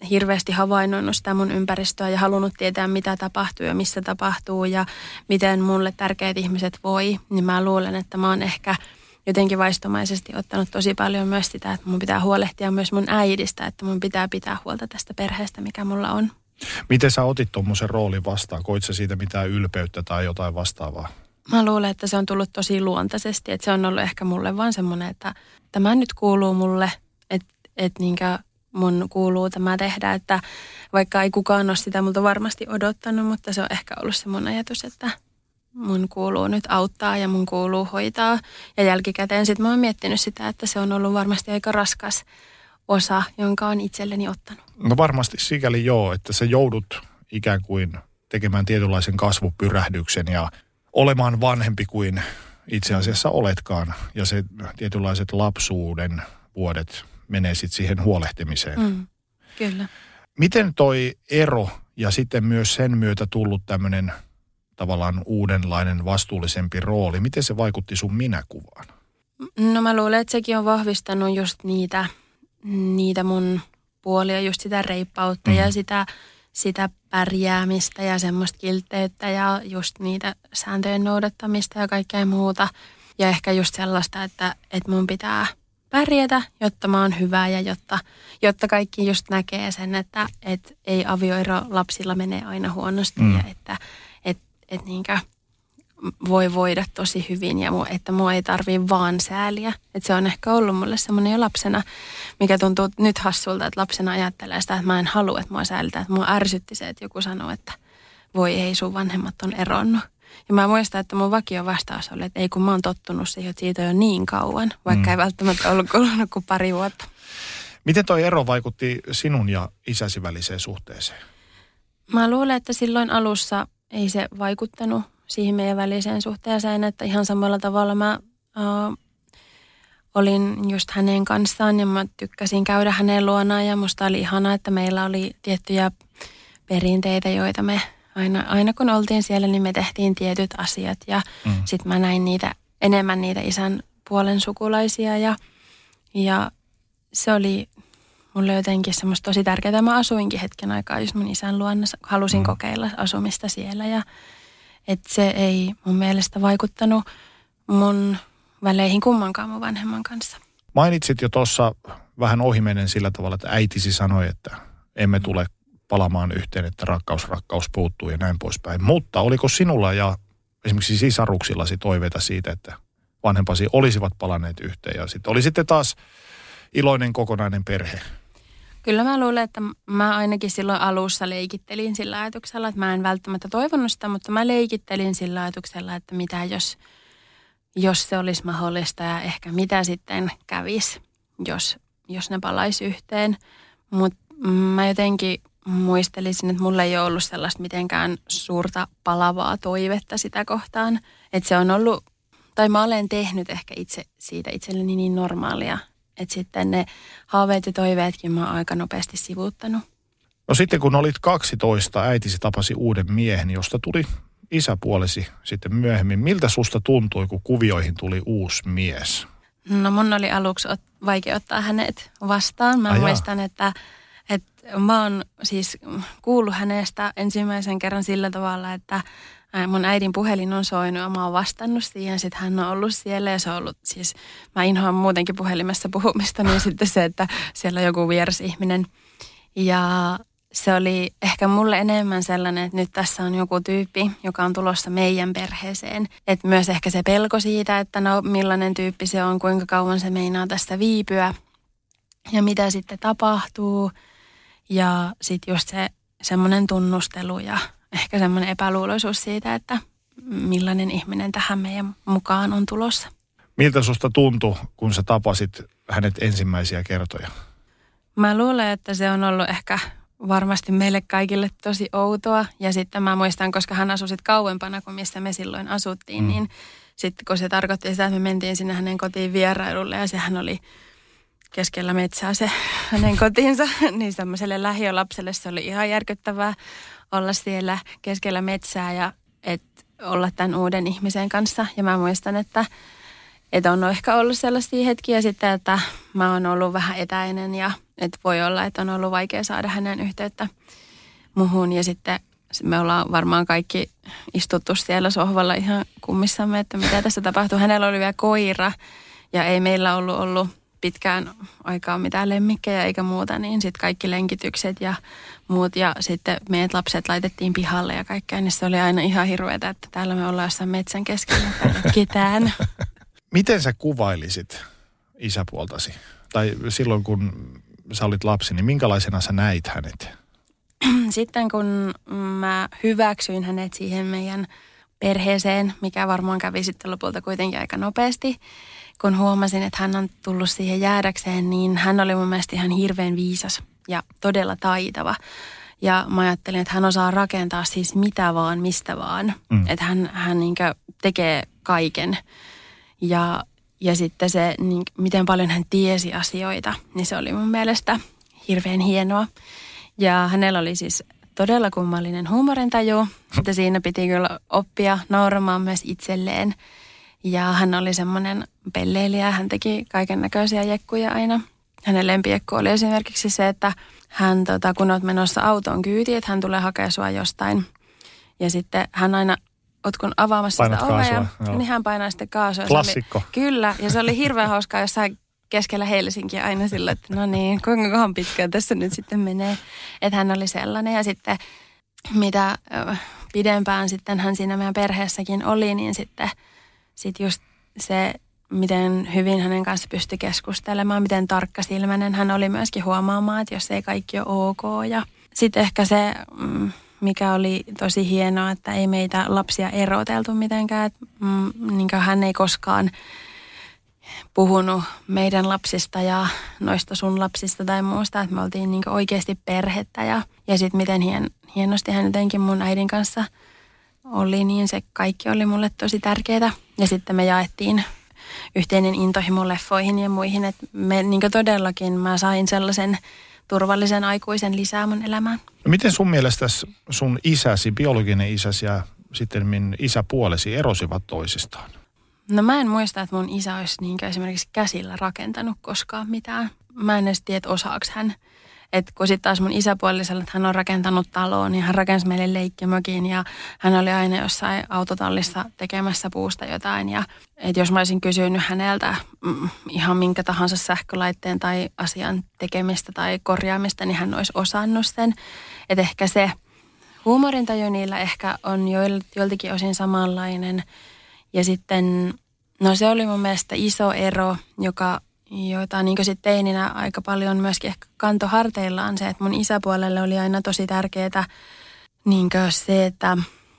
hirveästi havainnoinut sitä mun ympäristöä ja halunnut tietää, mitä tapahtuu ja missä tapahtuu ja miten mulle tärkeät ihmiset voi, niin mä luulen, että mä oon ehkä jotenkin vaistomaisesti ottanut tosi paljon myös sitä, että mun pitää huolehtia myös mun äidistä, että mun pitää pitää huolta tästä perheestä, mikä mulla on. Miten sä otit tuommoisen roolin vastaan? Koit sä siitä mitään ylpeyttä tai jotain vastaavaa? Mä luulen, että se on tullut tosi luontaisesti, että se on ollut ehkä mulle vaan semmoinen, että tämä nyt kuuluu mulle, että, että niinkä mun kuuluu tämä tehdä, että vaikka ei kukaan ole sitä multa varmasti odottanut, mutta se on ehkä ollut se mun ajatus, että mun kuuluu nyt auttaa ja mun kuuluu hoitaa. Ja jälkikäteen sitten mä oon miettinyt sitä, että se on ollut varmasti aika raskas osa, jonka on itselleni ottanut. No varmasti sikäli joo, että sä joudut ikään kuin tekemään tietynlaisen kasvupyrähdyksen ja olemaan vanhempi kuin itse asiassa oletkaan. Ja se tietynlaiset lapsuuden vuodet menee sitten siihen huolehtimiseen. Mm, kyllä. Miten toi ero ja sitten myös sen myötä tullut tämmöinen tavallaan uudenlainen vastuullisempi rooli, miten se vaikutti sun minäkuvaan? No mä luulen, että sekin on vahvistanut just niitä, niitä mun puolia, just sitä reippautta mm. ja sitä, sitä pärjäämistä ja semmoista kiltteyttä ja just niitä sääntöjen noudattamista ja kaikkea muuta. Ja ehkä just sellaista, että, että mun pitää pärjätä, jotta mä oon hyvä ja jotta, jotta kaikki just näkee sen, että et ei avioero lapsilla menee aina huonosti mm. ja että et, et niinkö voi voida tosi hyvin ja mu, että mua ei tarvii vaan sääliä. Että se on ehkä ollut mulle semmoinen jo lapsena, mikä tuntuu nyt hassulta, että lapsena ajattelee sitä, että mä en halua, että mua säälitään. Että mua ärsytti se, että joku sanoo, että voi ei, sun vanhemmat on eronnut. Ja mä muistan, että mun vakio vastaus oli, että ei kun mä oon tottunut siihen, että siitä on jo niin kauan, vaikka mm. ei välttämättä ollut kulunut kuin pari vuotta. Miten toi ero vaikutti sinun ja isäsi väliseen suhteeseen? Mä luulen, että silloin alussa ei se vaikuttanut siihen meidän väliseen suhteeseen, että ihan samalla tavalla mä äh, olin just hänen kanssaan ja mä tykkäsin käydä hänen luonaan ja musta oli ihanaa, että meillä oli tiettyjä perinteitä, joita me aina, aina kun oltiin siellä, niin me tehtiin tietyt asiat ja mm. sitten mä näin niitä, enemmän niitä isän puolen sukulaisia ja, ja se oli mulle jotenkin semmoista tosi tärkeää. Mä asuinkin hetken aikaa just mun isän luona, halusin mm. kokeilla asumista siellä ja että se ei mun mielestä vaikuttanut mun väleihin kummankaan mun vanhemman kanssa. Mainitsit jo tuossa vähän ohimennen sillä tavalla, että äitisi sanoi, että emme tule palamaan yhteen, että rakkaus, rakkaus puuttuu ja näin poispäin. Mutta oliko sinulla ja esimerkiksi sisaruksillasi toiveita siitä, että vanhempasi olisivat palanneet yhteen ja sitten oli sitten taas iloinen kokonainen perhe? Kyllä mä luulen, että mä ainakin silloin alussa leikittelin sillä ajatuksella, että mä en välttämättä toivonut sitä, mutta mä leikittelin sillä ajatuksella, että mitä jos, jos se olisi mahdollista ja ehkä mitä sitten kävisi, jos, jos ne palaisi yhteen. Mutta mä jotenkin muistelisin, että mulla ei ole ollut sellaista mitenkään suurta palavaa toivetta sitä kohtaan. Että se on ollut, tai mä olen tehnyt ehkä itse siitä itselleni niin normaalia, että sitten ne haaveet ja toiveetkin mä oon aika nopeasti sivuuttanut. No sitten kun olit kaksitoista, äitisi tapasi uuden miehen, josta tuli isäpuolesi sitten myöhemmin. Miltä susta tuntui, kun kuvioihin tuli uusi mies? No mun oli aluksi ot- vaikea ottaa hänet vastaan. Mä Ai muistan, että, että mä oon siis kuullut hänestä ensimmäisen kerran sillä tavalla, että mun äidin puhelin on soinut ja mä oon vastannut siihen. Sitten hän on ollut siellä ja se on ollut siis, mä inhoan muutenkin puhelimessa puhumista, niin sitten se, että siellä on joku vieras ihminen. Ja se oli ehkä mulle enemmän sellainen, että nyt tässä on joku tyyppi, joka on tulossa meidän perheeseen. Että myös ehkä se pelko siitä, että no millainen tyyppi se on, kuinka kauan se meinaa tästä viipyä ja mitä sitten tapahtuu. Ja sitten just se semmoinen tunnustelu ja ehkä semmoinen epäluuloisuus siitä, että millainen ihminen tähän meidän mukaan on tulossa. Miltä susta tuntui, kun sä tapasit hänet ensimmäisiä kertoja? Mä luulen, että se on ollut ehkä varmasti meille kaikille tosi outoa. Ja sitten mä muistan, koska hän asui sitten kauempana kuin missä me silloin asuttiin, mm. niin sitten kun se tarkoitti sitä, että me mentiin sinne hänen kotiin vierailulle ja sehän oli keskellä metsää se hänen kotiinsa, niin semmoiselle lähiölapselle se oli ihan järkyttävää olla siellä keskellä metsää ja et olla tämän uuden ihmisen kanssa. Ja mä muistan, että, että on ehkä ollut sellaisia hetkiä sitten, että mä oon ollut vähän etäinen ja että voi olla, että on ollut vaikea saada hänen yhteyttä muhun. Ja sitten me ollaan varmaan kaikki istuttu siellä sohvalla ihan kummissamme, että mitä tässä tapahtuu. Hänellä oli vielä koira ja ei meillä ollut ollut pitkään aikaa mitään lemmikkejä eikä muuta, niin sitten kaikki lenkitykset ja muut. Ja sitten meidät lapset laitettiin pihalle ja kaikkea, niin se oli aina ihan hirveätä, että täällä me ollaan jossain metsän keskellä ketään. Miten sä kuvailisit isäpuoltasi? Tai silloin, kun sä olit lapsi, niin minkälaisena sä näit hänet? Sitten kun mä hyväksyin hänet siihen meidän perheeseen, mikä varmaan kävi sitten lopulta kuitenkin aika nopeasti, kun huomasin, että hän on tullut siihen jäädäkseen, niin hän oli mun mielestä ihan hirveän viisas ja todella taitava. Ja mä ajattelin, että hän osaa rakentaa siis mitä vaan, mistä vaan. Mm. Että hän, hän niinkö tekee kaiken. Ja, ja sitten se, niin, miten paljon hän tiesi asioita, niin se oli mun mielestä hirveän hienoa. Ja hänellä oli siis todella kummallinen huumorintaju, että siinä piti kyllä oppia nauramaan myös itselleen. Ja hän oli semmoinen pelleilijä, hän teki kaiken näköisiä jekkuja aina. Hänen lempijekku oli esimerkiksi se, että hän, tota, kun olet menossa autoon kyytiin, että hän tulee hakemaan sua jostain. Ja sitten hän aina, oot kun avaamassa Painat sitä ovea, kaasua, niin hän painaa sitten kaasua. Klassikko. Oli, kyllä, ja se oli hirveän hauskaa jossain keskellä Helsinkiä aina sillä, että no niin, kuinka pitkään tässä nyt sitten menee. Että hän oli sellainen ja sitten mitä pidempään sitten hän siinä meidän perheessäkin oli, niin sitten sit just se, miten hyvin hänen kanssa pystyi keskustelemaan, miten tarkkasilmäinen hän oli myöskin huomaamaan, että jos ei kaikki ole ok. Ja sitten ehkä se, mikä oli tosi hienoa, että ei meitä lapsia eroteltu mitenkään, että niin hän ei koskaan puhunut meidän lapsista ja noista sun lapsista tai muusta, että me oltiin niin oikeasti perhettä ja, ja sitten miten hien, hienosti hän jotenkin mun äidin kanssa oli, niin se kaikki oli mulle tosi tärkeää. Ja sitten me jaettiin yhteinen intohimo leffoihin ja muihin, että me niin todellakin mä sain sellaisen turvallisen aikuisen lisää mun elämään. No miten sun mielestä sun isäsi, biologinen isäsi ja sitten min isäpuolesi erosivat toisistaan? No mä en muista, että mun isä olisi niin esimerkiksi käsillä rakentanut koskaan mitään. Mä en edes tiedä, että osaako hän. Että kun sitten taas mun isäpuolisella, että hän on rakentanut taloon, niin hän rakensi meille leikkimökin ja hän oli aina jossain autotallissa tekemässä puusta jotain. Ja että jos mä olisin kysynyt häneltä mm, ihan minkä tahansa sähkölaitteen tai asian tekemistä tai korjaamista, niin hän olisi osannut sen. Että ehkä se huumorintaju niillä ehkä on joiltakin osin samanlainen. Ja sitten, no se oli mun mielestä iso ero, joka, jota niin sitten teininä aika paljon myöskin ehkä kanto harteillaan se, että mun isäpuolelle oli aina tosi tärkeää niin se, että,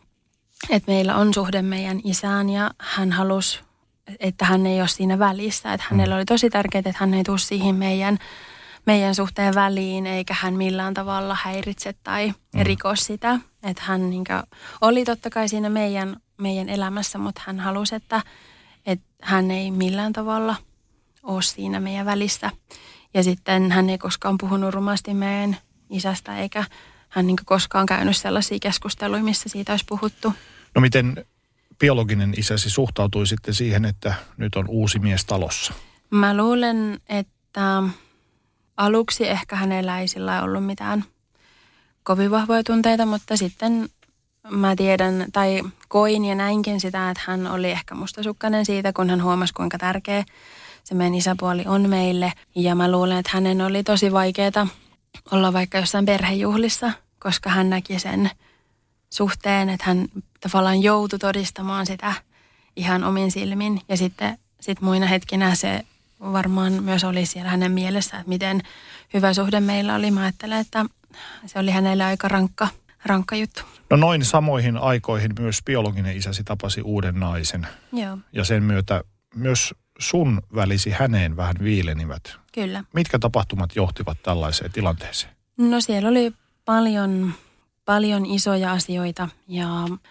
että meillä on suhde meidän isään ja hän halusi, että hän ei ole siinä välissä. Että hänellä oli tosi tärkeää, että hän ei tule siihen meidän, meidän suhteen väliin eikä hän millään tavalla häiritse tai riko sitä. Että hän niin oli totta kai siinä meidän meidän elämässä, mutta hän halusi, että, että hän ei millään tavalla ole siinä meidän välissä. Ja sitten hän ei koskaan puhunut rumasti meidän isästä, eikä hän niin koskaan käynyt sellaisia keskusteluja, missä siitä olisi puhuttu. No miten biologinen isäsi suhtautui sitten siihen, että nyt on uusi mies talossa? Mä luulen, että aluksi ehkä hänellä ei sillä ollut mitään kovin vahvoja tunteita, mutta sitten mä tiedän, tai koin ja näinkin sitä, että hän oli ehkä mustasukkainen siitä, kun hän huomasi, kuinka tärkeä se meidän isäpuoli on meille. Ja mä luulen, että hänen oli tosi vaikeaa olla vaikka jossain perhejuhlissa, koska hän näki sen suhteen, että hän tavallaan joutui todistamaan sitä ihan omin silmin. Ja sitten sit muina hetkinä se varmaan myös oli siellä hänen mielessä, että miten hyvä suhde meillä oli. Mä ajattelen, että se oli hänelle aika rankka. Rankka juttu. No noin samoihin aikoihin myös biologinen isäsi tapasi uuden naisen. Joo. Ja sen myötä myös sun välisi häneen vähän viilenivät. Kyllä. Mitkä tapahtumat johtivat tällaiseen tilanteeseen? No siellä oli paljon, paljon isoja asioita ja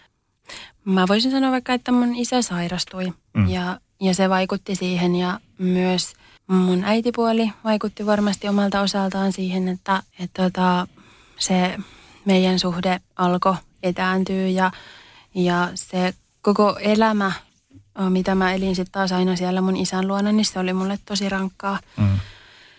mä voisin sanoa vaikka, että mun isä sairastui mm. ja, ja se vaikutti siihen ja myös mun äitipuoli vaikutti varmasti omalta osaltaan siihen, että, että, että se meidän suhde alkoi etääntyä ja, ja se koko elämä, mitä mä elin sitten taas aina siellä mun isän luona, niin se oli mulle tosi rankkaa. Mm.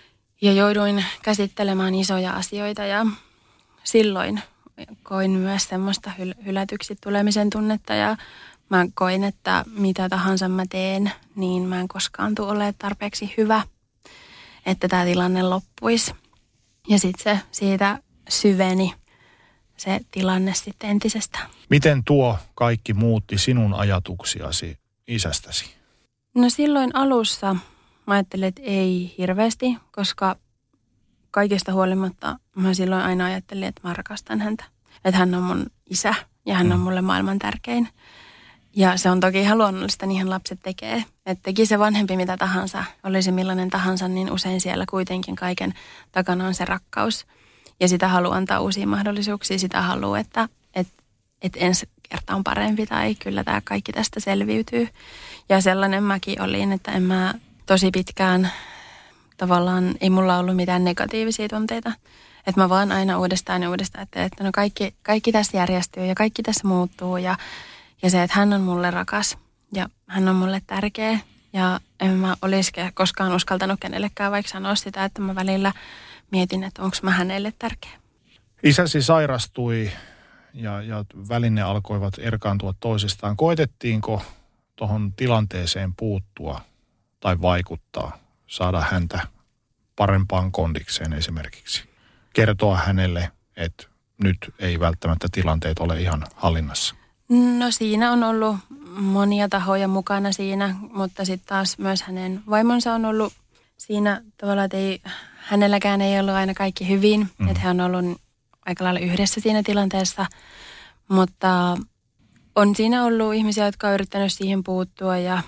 Ja jouduin käsittelemään isoja asioita ja silloin koin myös semmoista hyl- hylätyksi tulemisen tunnetta ja mä koin, että mitä tahansa mä teen, niin mä en koskaan tule olemaan tarpeeksi hyvä, että tämä tilanne loppuisi. Ja sitten se siitä syveni se tilanne sitten entisestään. Miten tuo kaikki muutti sinun ajatuksiasi isästäsi? No silloin alussa mä ajattelin, että ei hirveästi, koska kaikesta huolimatta mä silloin aina ajattelin, että mä rakastan häntä. Että hän on mun isä ja hän on mulle maailman tärkein. Ja se on toki ihan luonnollista, niinhän lapset tekee. Että teki se vanhempi mitä tahansa, olisi millainen tahansa, niin usein siellä kuitenkin kaiken takana on se rakkaus. Ja sitä haluaa antaa uusia mahdollisuuksia, sitä haluaa, että, että, että ensi kerta on parempi tai kyllä tämä kaikki tästä selviytyy. Ja sellainen mäkin olin, että en mä tosi pitkään tavallaan, ei mulla ollut mitään negatiivisia tunteita. Että mä vaan aina uudestaan ja uudestaan ajattelin, että no kaikki, kaikki tässä järjestyy ja kaikki tässä muuttuu ja Ja se, että hän on mulle rakas ja hän on mulle tärkeä. Ja en mä olisi koskaan uskaltanut kenellekään vaikka sanoa sitä, että mä välillä mietin, että onko mä hänelle tärkeä. Isäsi sairastui ja, ja väline alkoivat erkaantua toisistaan. Koetettiinko tuohon tilanteeseen puuttua tai vaikuttaa, saada häntä parempaan kondikseen esimerkiksi? Kertoa hänelle, että nyt ei välttämättä tilanteet ole ihan hallinnassa. No siinä on ollut monia tahoja mukana siinä, mutta sitten taas myös hänen vaimonsa on ollut siinä tavallaan, että ei, hänelläkään ei ollut aina kaikki hyvin. Mm. Että he on ollut aika lailla yhdessä siinä tilanteessa, mutta on siinä ollut ihmisiä, jotka on yrittänyt siihen puuttua ja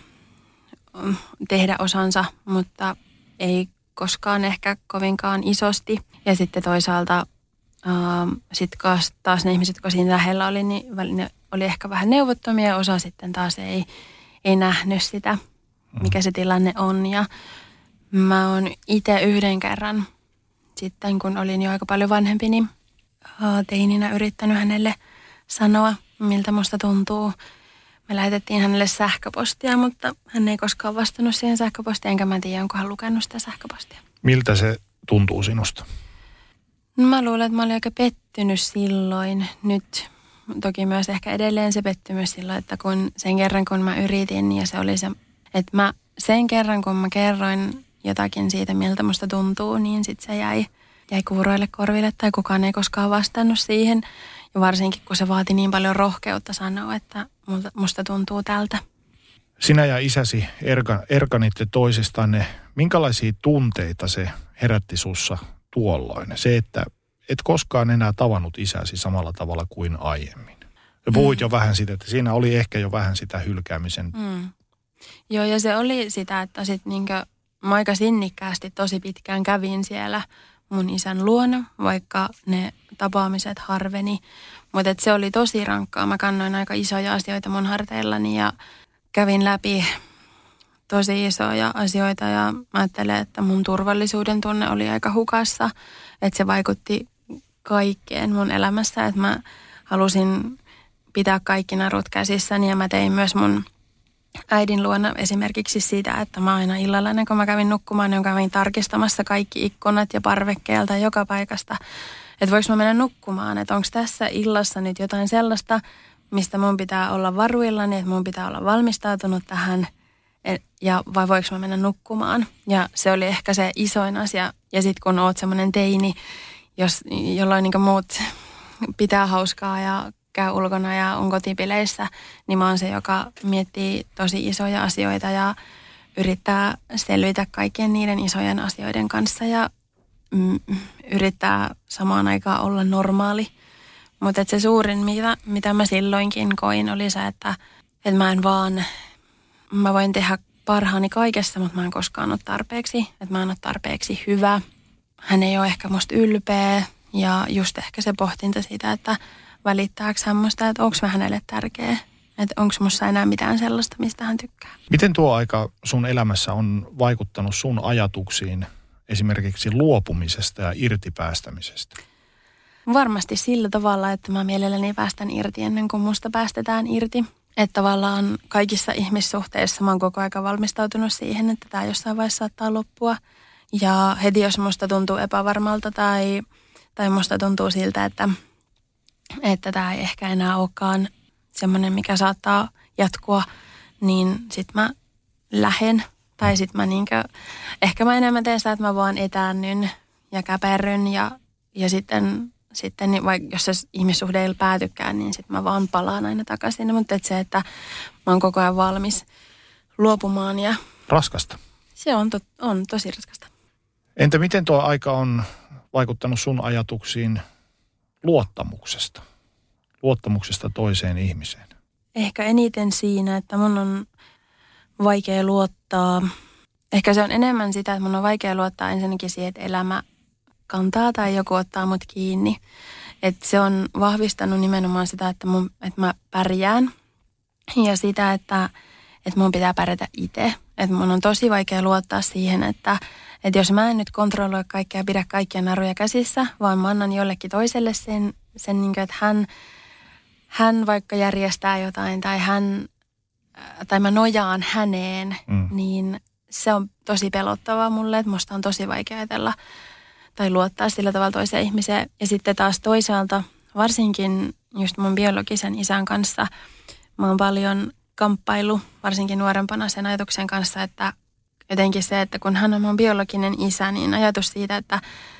tehdä osansa, mutta ei koskaan ehkä kovinkaan isosti. Ja sitten toisaalta uh, sitten taas ne ihmiset, jotka siinä lähellä oli, niin ne oli ehkä vähän neuvottomia ja osa sitten taas ei, ei nähnyt sitä, mikä se tilanne on. Ja mä oon itse yhden kerran sitten, kun olin jo aika paljon vanhempi, niin teininä yrittänyt hänelle sanoa, miltä musta tuntuu. Me lähetettiin hänelle sähköpostia, mutta hän ei koskaan vastannut siihen sähköpostiin, enkä mä tiedä, onko hän lukenut sitä sähköpostia. Miltä se tuntuu sinusta? No mä luulen, että mä olin aika pettynyt silloin. Nyt toki myös ehkä edelleen se pettymys silloin, että kun sen kerran kun mä yritin ja se oli se, että mä sen kerran kun mä kerroin jotakin siitä, miltä musta tuntuu, niin sit se jäi, jäi kuuroille korville tai kukaan ei koskaan vastannut siihen. Ja varsinkin kun se vaati niin paljon rohkeutta sanoa, että musta tuntuu tältä. Sinä ja isäsi erka, erkanitte toisistanne. Minkälaisia tunteita se herätti sussa tuolloin? Se, että et koskaan enää tavannut isäsi samalla tavalla kuin aiemmin. Ja puhuit mm. jo vähän siitä, että siinä oli ehkä jo vähän sitä hylkäämisen. Mm. Joo, ja se oli sitä, että sit niinkö mä aika sinnikkäästi tosi pitkään kävin siellä mun isän luona, vaikka ne tapaamiset harveni. Mutta se oli tosi rankkaa. Mä kannoin aika isoja asioita mun harteillani ja kävin läpi tosi isoja asioita. Ja mä ajattelen, että mun turvallisuuden tunne oli aika hukassa. Että se vaikutti kaikkeen mun elämässä. Että mä halusin pitää kaikki narut käsissäni ja mä tein myös mun äidin luona esimerkiksi sitä, että mä aina illalla ennen kuin mä kävin nukkumaan, niin kävin tarkistamassa kaikki ikkunat ja parvekkeelta joka paikasta. Että voiko mä mennä nukkumaan, että onko tässä illassa nyt jotain sellaista, mistä mun pitää olla varuillani, että mun pitää olla valmistautunut tähän, ja vai voiko mä mennä nukkumaan. Ja se oli ehkä se isoin asia. Ja sitten kun oot semmoinen teini, jos, jolloin niin muut pitää hauskaa ja käy ulkona ja on kotipileissä, niin mä oon se, joka miettii tosi isoja asioita ja yrittää selvitä kaikkien niiden isojen asioiden kanssa ja mm, yrittää samaan aikaan olla normaali. Mutta se suurin, mitä, mitä mä silloinkin koin, oli se, että, että mä en vaan, mä voin tehdä parhaani kaikessa, mutta mä en koskaan ole tarpeeksi. Että mä en ole tarpeeksi hyvä. Hän ei ole ehkä musta ylpeä ja just ehkä se pohtinta siitä, että välittääkö hän musta, että onko mä hänelle tärkeä, että onko musta enää mitään sellaista, mistä hän tykkää. Miten tuo aika sun elämässä on vaikuttanut sun ajatuksiin esimerkiksi luopumisesta ja irtipäästämisestä? Varmasti sillä tavalla, että mä mielelläni päästän irti ennen kuin musta päästetään irti. Että tavallaan kaikissa ihmissuhteissa mä oon koko ajan valmistautunut siihen, että tämä jossain vaiheessa saattaa loppua. Ja heti jos musta tuntuu epävarmalta tai, tai musta tuntuu siltä, että että tämä ei ehkä enää olekaan semmoinen, mikä saattaa jatkua, niin sit mä lähen. Tai sit mä niinkö, ehkä mä enemmän teen sitä, että mä vaan etäännyn ja käperryn ja, ja sitten, sitten niin vaikka jos se ihmissuhde ei päätykään, niin sit mä vaan palaan aina takaisin. Mutta et se, että mä oon koko ajan valmis luopumaan ja... Raskasta. Se on, to, on tosi raskasta. Entä miten tuo aika on vaikuttanut sun ajatuksiin luottamuksesta? Luottamuksesta toiseen ihmiseen? Ehkä eniten siinä, että mun on vaikea luottaa. Ehkä se on enemmän sitä, että mun on vaikea luottaa ensinnäkin siihen, että elämä kantaa tai joku ottaa mut kiinni. Että se on vahvistanut nimenomaan sitä, että, mun, että mä pärjään ja sitä, että, että mun pitää pärjätä itse. Että mun on tosi vaikea luottaa siihen, että, että jos mä en nyt kontrolloi kaikkea ja pidä kaikkia naruja käsissä, vaan mä annan jollekin toiselle sen, sen niin kuin, että hän, hän vaikka järjestää jotain tai hän... tai mä nojaan häneen, mm. niin se on tosi pelottavaa mulle, että musta on tosi vaikea ajatella tai luottaa sillä tavalla toiseen ihmiseen. Ja sitten taas toisaalta, varsinkin just mun biologisen isän kanssa, mä oon paljon kamppailu, varsinkin nuorempana sen ajatuksen kanssa, että jotenkin se, että kun hän on mun biologinen isä, niin ajatus siitä, että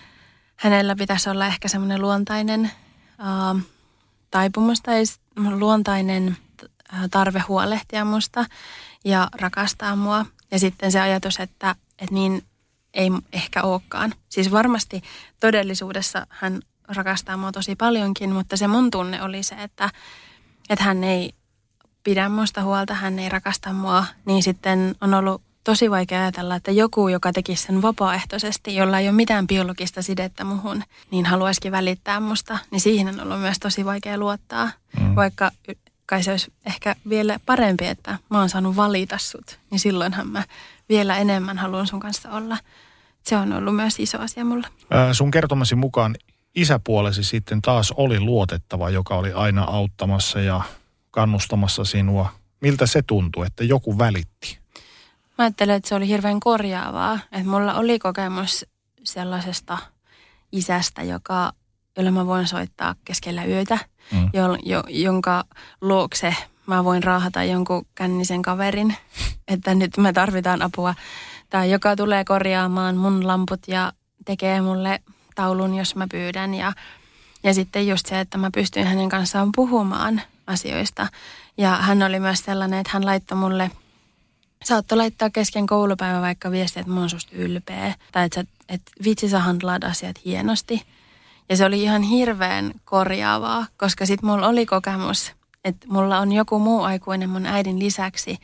hänellä pitäisi olla ehkä semmoinen luontainen uh, taipumus tai luontainen tarve huolehtia musta ja rakastaa mua. Ja sitten se ajatus, että, että niin ei ehkä olekaan. Siis varmasti todellisuudessa hän rakastaa mua tosi paljonkin, mutta se mun tunne oli se, että, että hän ei pidä musta huolta, hän ei rakasta mua. Niin sitten on ollut tosi vaikea ajatella, että joku, joka tekisi sen vapaaehtoisesti, jolla ei ole mitään biologista sidettä muhun, niin haluaisikin välittää musta. Niin siihen on ollut myös tosi vaikea luottaa, mm. vaikka... kai se olisi ehkä vielä parempi, että mä oon saanut valita sut, niin silloinhan mä vielä enemmän haluan sun kanssa olla. Se on ollut myös iso asia mulle. Ää, sun kertomasi mukaan isäpuolesi sitten taas oli luotettava, joka oli aina auttamassa ja kannustamassa sinua. Miltä se tuntui, että joku välitti? Mä ajattelen, että se oli hirveän korjaavaa. Että mulla oli kokemus sellaisesta isästä, joka, jolle mä voin soittaa keskellä yötä. Mm. Jo, jo, jonka luokse mä voin raahata jonkun kännisen kaverin, että nyt me tarvitaan apua. Tai joka tulee korjaamaan mun lamput ja tekee mulle taulun, jos mä pyydän. Ja, ja sitten just se, että mä pystyin hänen kanssaan puhumaan asioista. Ja hän oli myös sellainen, että hän laittoi mulle, saattoi laittaa kesken koulupäivän vaikka viestiä, että mä oon susta ylpeä. Tai että, että vitsi sä handlaat asiat hienosti. Ja se oli ihan hirveän korjaavaa, koska sitten mulla oli kokemus, että mulla on joku muu aikuinen mun äidin lisäksi,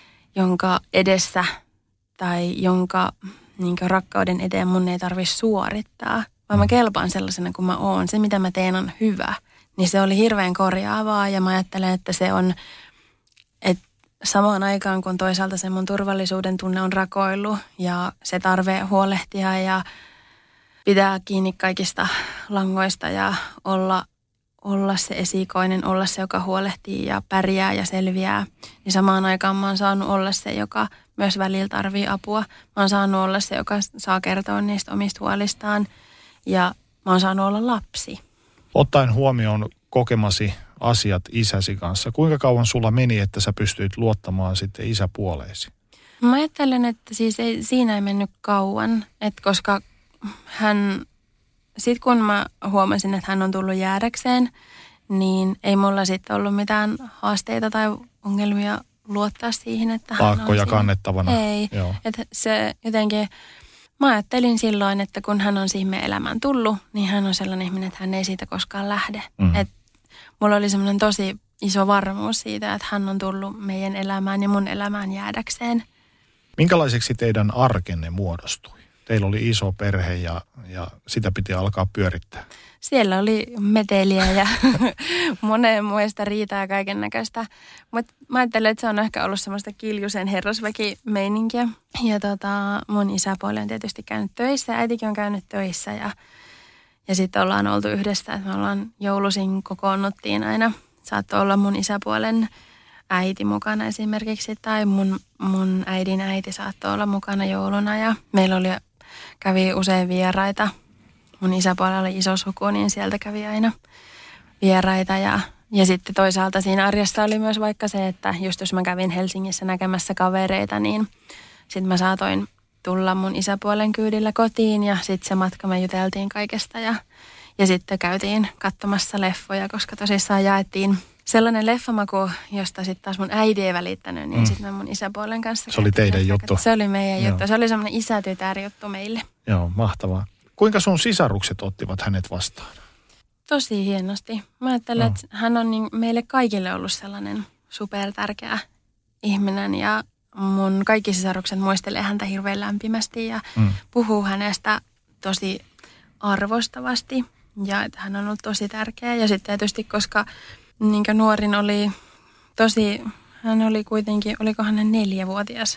jonka edessä tai jonka niin rakkauden eteen mun ei tarvitse suorittaa. Vaan mä kelpaan sellaisena kuin mä oon. Se, mitä mä teen, on hyvä. Niin se oli hirveän korjaavaa ja mä ajattelen, että se on, että samaan aikaan kun toisaalta se mun turvallisuuden tunne on rakoillut ja se tarve huolehtia ja pitää kiinni kaikista langoista ja olla, olla se esikoinen, olla se, joka huolehtii ja pärjää ja selviää. Niin samaan aikaan mä oon saanut olla se, joka myös välillä tarvii apua. Mä oon saanut olla se, joka saa kertoa niistä omista huolistaan ja mä oon saanut olla lapsi. Ottaen huomioon kokemasi asiat isäsi kanssa, kuinka kauan sulla meni, että sä pystyit luottamaan sitten isäpuoleesi? Mä ajattelen, että siis ei, siinä ei mennyt kauan, että koska hän, sit kun mä huomasin, että hän on tullut jäädäkseen, niin ei mulla sitten ollut mitään haasteita tai ongelmia luottaa siihen, että hän on taakkoja kannettavana. Ei, että se jotenkin, mä ajattelin silloin, että kun hän on siihen meidän elämään tullut, niin hän on sellainen ihminen, että hän ei siitä koskaan lähde. Mm. Että mulla oli semmoinen tosi iso varmuus siitä, että hän on tullut meidän elämään ja mun elämään jäädäkseen. Minkälaiseksi teidän arkenne muodostui? Teillä oli iso perhe ja, ja sitä piti alkaa pyörittää. Siellä oli meteliä ja moneen muista riitaa ja kaiken näköistä. Mutta mä ajattelen, että se on ehkä ollut semmoista kiljusen herrasväki-meininkiä. Ja tota, mun isäpuoli on tietysti käynyt töissä ja äitikin on käynyt töissä. Ja, ja sitten ollaan oltu yhdessä, että me ollaan joulusin kokoonnuttiin aina. Saattoi olla mun isäpuolen äiti mukana esimerkiksi tai mun, mun äidin äiti saattoi olla mukana jouluna. Ja meillä oli kävi usein vieraita. Mun isäpuolella oli iso suku, niin sieltä kävi aina vieraita. Ja, ja sitten toisaalta siinä arjessa oli myös vaikka se, että just jos mä kävin Helsingissä näkemässä kavereita, niin sitten mä saatoin tulla mun isäpuolen kyydillä kotiin ja sitten se matka me juteltiin kaikesta ja, ja sitten käytiin katsomassa leffoja, koska tosissaan jaettiin sellainen leffamaku, josta sitten taas mun äiti ei välittänyt, niin mm. sitten me mun isäpuolen kanssa. Se oli teidän leffa. Juttu. Se oli meidän Joo. juttu. Se oli semmoinen isä-tytär juttu meille. Joo, mahtavaa. Kuinka sun sisarukset ottivat hänet vastaan? Tosi hienosti. Mä ajattelen, no. että hän on niin meille kaikille ollut sellainen supertärkeä ihminen ja mun kaikki sisarukset muistelee häntä hirveän lämpimästi ja mm. puhuu hänestä tosi arvostavasti ja että hän on ollut tosi tärkeä. Ja sitten tietysti, koska niin nuorin oli tosi, hän oli kuitenkin, oliko hän neljävuotias,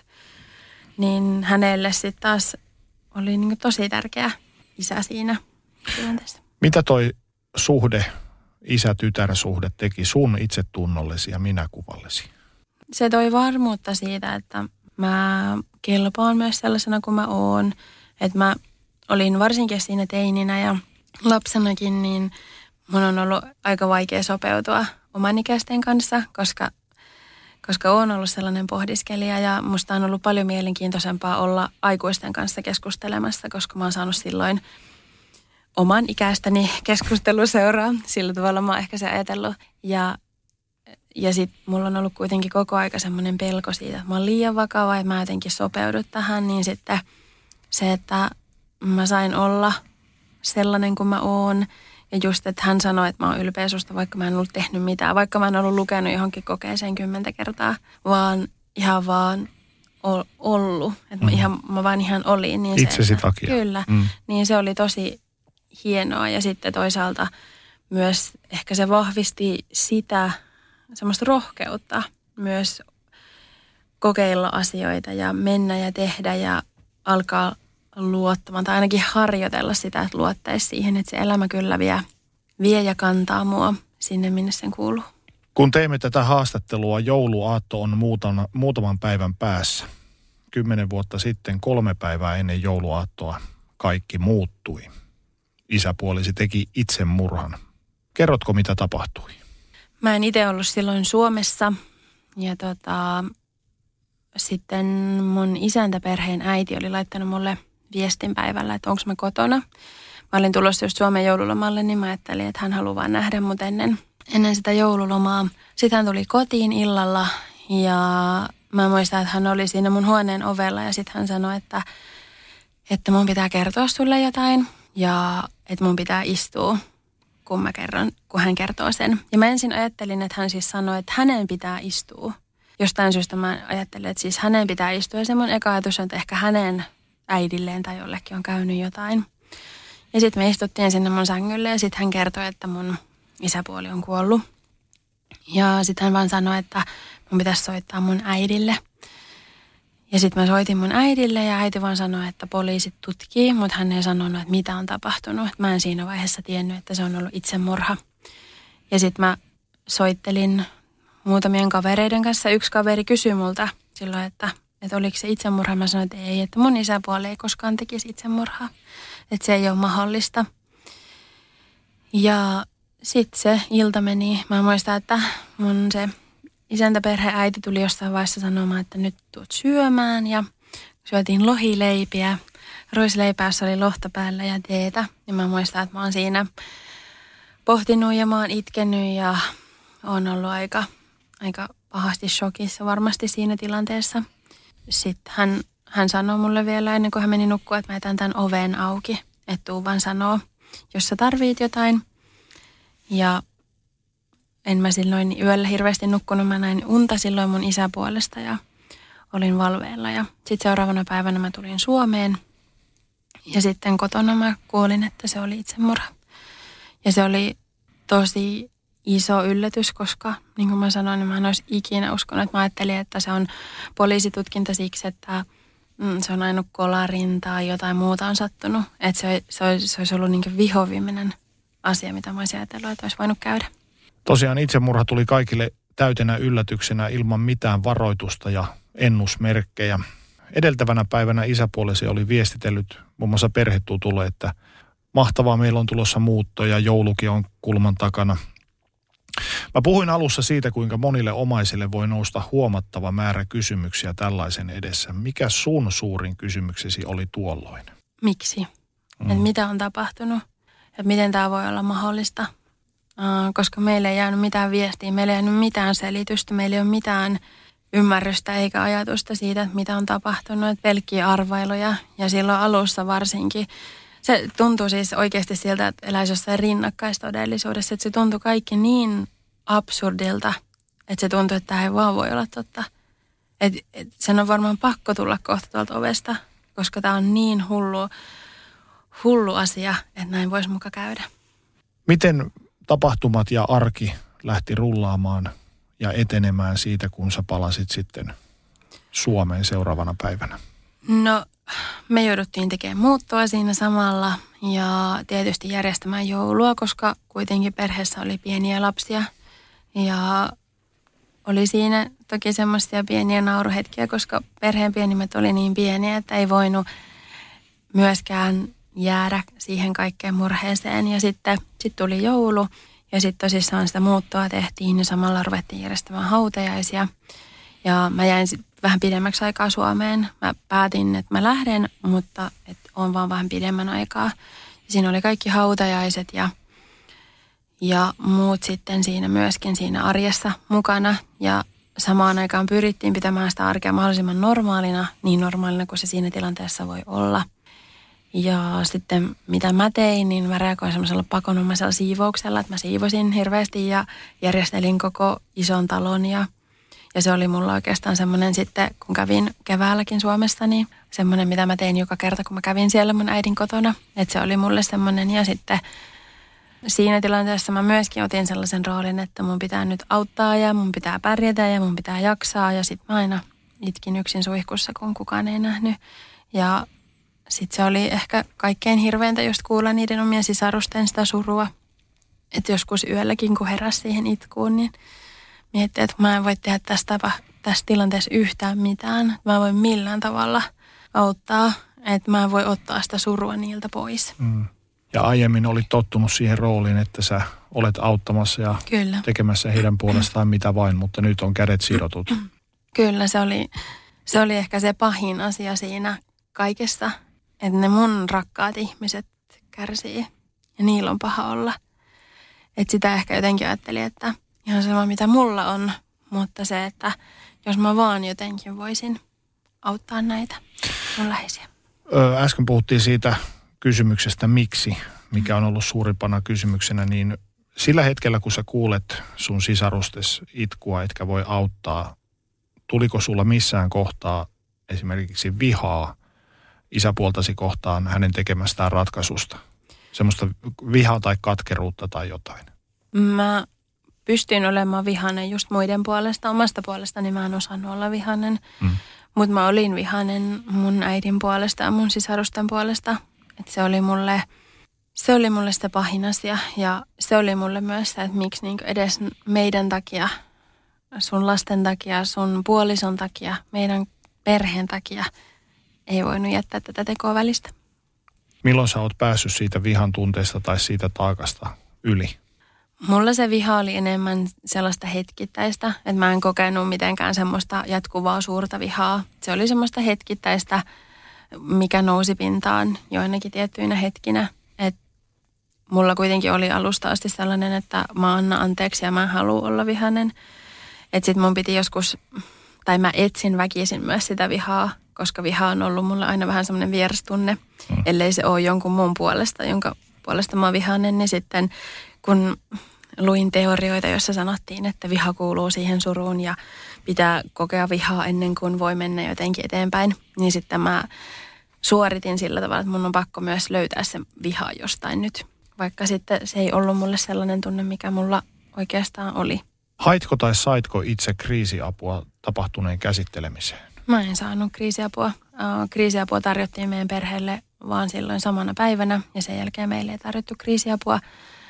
niin hänelle sitten taas oli niin tosi tärkeä isä siinä tilanteessa. Mitä toi suhde, isä-tytär-suhde teki sun itsetunnollesi ja minäkuvallesi? Se toi varmuutta siitä, että mä kelpaan myös sellaisena kuin mä oon. Että mä olin varsinkin siinä teininä ja lapsenakin, niin mun on ollut aika vaikea sopeutua oman ikäisten kanssa, koska, koska oon ollut sellainen pohdiskelija ja musta on ollut paljon mielenkiintoisempaa olla aikuisten kanssa keskustelemassa, koska mä oon saanut silloin oman ikäistäni keskusteluseuraa. Sillä tavalla mä oon ehkä se ajatellut. Ja Ja sitten mulla on ollut kuitenkin koko aika semmoinen pelko siitä, että mä oon liian vakava ja mä jotenkin sopeudut tähän. Niin sitten se, että mä sain olla sellainen kuin mä oon. Ja just, että hän sanoi, että mä oon ylpeä susta, vaikka mä en ollut tehnyt mitään. Vaikka mä en ollut lukenut johonkin kokeeseen kymmentä kertaa, vaan ihan vaan ollut. Että mä, mm. ihan, mä vaan ihan olin. Niin itsesi se, että, takia. Kyllä. Mm. Niin se oli tosi hienoa. Ja sitten toisaalta myös ehkä se vahvisti sitä semmoista rohkeutta myös kokeilla asioita ja mennä ja tehdä ja alkaa luottamaan tai ainakin harjoitella sitä, että luottaisi siihen, että se elämä kyllä vie, vie ja kantaa mua sinne, minne sen kuuluu. Kun teimme tätä haastattelua, jouluaatto on muutaman, muutaman päivän päässä. Kymmenen vuotta sitten, kolme päivää ennen jouluaattoa, kaikki muuttui. Isäpuolisi teki itsemurhan. Kerrotko, mitä tapahtui? Mä en itse ollut silloin Suomessa ja tota, sitten mun isäntäperheen äiti oli laittanut mulle viestin päivällä, että onko mä kotona. Mä olin tulossa just Suomen joululomalle, niin mä ajattelin, että hän haluaa vaan nähdä mut ennen, ennen sitä joululomaa. Sitten hän tuli kotiin illalla ja mä muistan, että hän oli siinä mun huoneen ovella ja sitten hän sanoi, että, että mun pitää kertoa sulle jotain ja että mun pitää istua. Kun mä kerron, kun hän kertoo sen. Ja mä ensin ajattelin, että hän siis sanoi, että hänen pitää istua. Jostain syystä mä ajattelin, että siis hänen pitää istua. Ja se mun eka ajatus on, että ehkä hänen äidilleen tai jollekin on käynyt jotain. Ja sitten me istuttiin sinne mun sängylle ja sitten hän kertoi, että mun isäpuoli on kuollut. Ja sitten hän vaan sanoi, että mun pitäisi soittaa mun äidille. Ja sitten mä soitin mun äidille ja äiti vaan sanoi, että poliisit tutkii, mutta hän ei sanonut, että mitä on tapahtunut. Mä en siinä vaiheessa tiennyt, että se on ollut itsemurha. Ja sitten mä soittelin muutamien kavereiden kanssa. Yksi kaveri kysyi multa silloin, että, että oliko se itsemurha. Mä sanoin, että ei, että mun isäpuoli ei koskaan tekisi itsemurhaa. Että se ei ole mahdollista. Ja sitten se ilta meni. Mä muistan, että mun se isäntäperheen äiti tuli jossain vaiheessa sanomaan, että nyt tuut syömään ja syötiin lohileipiä. Ruisleipässä oli lohta päällä ja teetä. Ja mä muistan, että mä oon siinä pohtinut ja mä oon itkenyt ja oon ollut aika, aika pahasti shokissa varmasti siinä tilanteessa. Sitten hän, hän sanoi mulle vielä ennen kuin hän meni nukkua, että mä jätän tämän oven auki. Että tuu vaan sanoo, jos sä tarvit jotain. Ja en mä silloin yöllä hirveästi nukkunut. Mä näin unta silloin mun isäpuolesta ja olin valveilla. Ja sitten seuraavana päivänä mä tulin Suomeen. Ja sitten kotona mä kuulin, että se oli itsemurha. Ja se oli tosi iso yllätys, koska niin kuin mä sanoin, niin mä en olisi ikinä uskonut. Että mä ajattelin, että se on poliisitutkinta siksi, että mm, se on ainut kolarin tai jotain muuta on sattunut. Että se, se, olisi, se olisi ollut niin kuin vihoviimeinen asia, mitä mä olisin ajatellut, että olisi voinut käydä. Tosiaan itsemurha tuli kaikille täytenä yllätyksenä ilman mitään varoitusta ja ennusmerkkejä. Edeltävänä päivänä isäpuolesi oli viestitellyt muun muassa perhetuu tulee, että mahtavaa, meillä on tulossa muutto ja joulukin on kulman takana. Mä puhuin alussa siitä, kuinka monille omaisille voi nousta huomattava määrä kysymyksiä tällaisen edessä. Mikä sun suurin kysymyksesi oli tuolloin? Miksi? Mm. Että mitä on tapahtunut? Että miten tämä voi olla mahdollista? Uh, koska meillä ei jäänyt mitään viestiä, meillä ei jäänyt mitään selitystä, meillä ei ole mitään ymmärrystä eikä ajatusta siitä, että mitä on tapahtunut. Että pelkkiä arvailuja ja silloin alussa varsinkin. Se tuntuu siis oikeasti siltä, että eläisi jossain rinnakkaistodellisuudessa, että se tuntui kaikki niin absurdilta, että se tuntui, että tämä ei vaan voi olla totta. Että et sen on varmaan pakko tulla kohta tuolta ovesta, koska tämä on niin hullu, hullu asia, että näin voisi muka käydä. Miten tapahtumat ja arki lähti rullaamaan ja etenemään siitä, kun sä palasit sitten Suomeen seuraavana päivänä? No, me jouduttiin tekemään muuttoa siinä samalla ja tietysti järjestämään joulua, koska kuitenkin perheessä oli pieniä lapsia. Ja oli siinä toki semmoisia pieniä nauruhetkiä, koska perheen pienimmät oli niin pieniä, että ei voinut myöskään jäädä siihen kaikkeen murheeseen. Ja sitten sit tuli joulu ja sitten tosissaan sitä muuttoa tehtiin ja samalla ruvettiin järjestämään hautajaisia. Ja mä jäin vähän pidemmäksi aikaa Suomeen. Mä päätin, että mä lähden, mutta että on vaan vähän pidemmän aikaa. Ja siinä oli kaikki hautajaiset ja, ja muut sitten siinä myöskin siinä arjessa mukana. Ja samaan aikaan pyrittiin pitämään sitä arkea mahdollisimman normaalina, niin normaalina kuin se siinä tilanteessa voi olla. Ja sitten mitä mä tein, niin mä reagoin semmoisella pakonomaisella siivouksella, että mä siivosin hirveästi ja järjestelin koko ison talon ja Ja se oli mulla oikeastaan semmoinen sitten, kun kävin keväälläkin Suomessa, niin semmoinen, mitä mä tein joka kerta, kun mä kävin siellä mun äidin kotona. Että se oli mulle semmoinen. Ja sitten siinä tilanteessa mä myöskin otin sellaisen roolin, että mun pitää nyt auttaa ja mun pitää pärjätä ja mun pitää jaksaa. Ja sitten mä aina itkin yksin suihkussa, kun kukaan ei nähnyt. Ja sitten se oli ehkä kaikkein hirveintä just kuulla niiden omien sisarusten sitä surua. Että joskus yölläkin, kun heräsi siihen itkuun, niin miettii, että mä en voi tehdä tästä, tästä tilanteessa yhtään mitään. Mä en voi millään tavalla auttaa, että mä en voi ottaa sitä surua niiltä pois. Mm. Ja aiemmin olit tottunut siihen rooliin, että sä olet auttamassa ja Kyllä. tekemässä heidän puolestaan mitä vain, mutta nyt on kädet sidotut. Kyllä, se oli, se oli ehkä se pahin asia siinä kaikessa, että ne mun rakkaat ihmiset kärsii ja niillä on paha olla. Että sitä ehkä jotenkin ajattelin, että ihan sama mitä mulla on, mutta se, että jos mä vaan jotenkin voisin auttaa näitä mun läheisiä. Ö, äsken puhuttiin siitä kysymyksestä miksi, mikä on ollut suurimpana kysymyksenä, niin sillä hetkellä kun sä kuulet sun sisarustes itkua, etkä voi auttaa, tuliko sulla missään kohtaa esimerkiksi vihaa isäpuoltasi kohtaan hänen tekemästään ratkaisusta? Semmoista vihaa tai katkeruutta tai jotain? Mä pystyin olemaan vihainen just muiden puolesta. Omasta puolestani mä en osannut olla vihainen. Mm. Mutta mä olin vihainen mun äidin puolesta ja mun sisarusten puolesta. Että se oli mulle, se oli mulle sitä pahin asia. Ja se oli mulle myös se, että miksi niinku edes meidän takia, sun lasten takia, sun puolison takia, meidän perheen takia ei voinut jättää tätä tekoa välistä. Milloin sä oot päässyt siitä vihan tunteesta tai siitä taakasta yli? Mulla se viha oli enemmän sellaista hetkittäistä, että mä en kokenut mitenkään semmoista jatkuvaa suurta vihaa. Se oli semmoista hetkittäistä, mikä nousi pintaan joinakin tiettyinä hetkinä. Että mulla kuitenkin oli alusta asti sellainen, että mä annan anteeksi ja mä en halua olla vihainen. Että sit mun piti joskus, tai mä etsin väkisin myös sitä vihaa, koska viha on ollut mulle aina vähän semmoinen vierastunne. Mm. Ellei se ole jonkun muun puolesta, jonka puolesta mä oon vihainen, niin sitten kun luin teorioita, joissa sanottiin, että viha kuuluu siihen suruun ja pitää kokea vihaa ennen kuin voi mennä jotenkin eteenpäin, niin sitten mä suoritin sillä tavalla, että mun on pakko myös löytää se viha jostain nyt. Vaikka sitten se ei ollut mulle sellainen tunne, mikä mulla oikeastaan oli. Haitko tai saitko itse kriisiapua tapahtuneen käsittelemiseen? Mä en saanut kriisiapua. Kriisiapua tarjottiin meidän perheelle vaan silloin samana päivänä ja sen jälkeen meille ei tarjottu kriisiapua.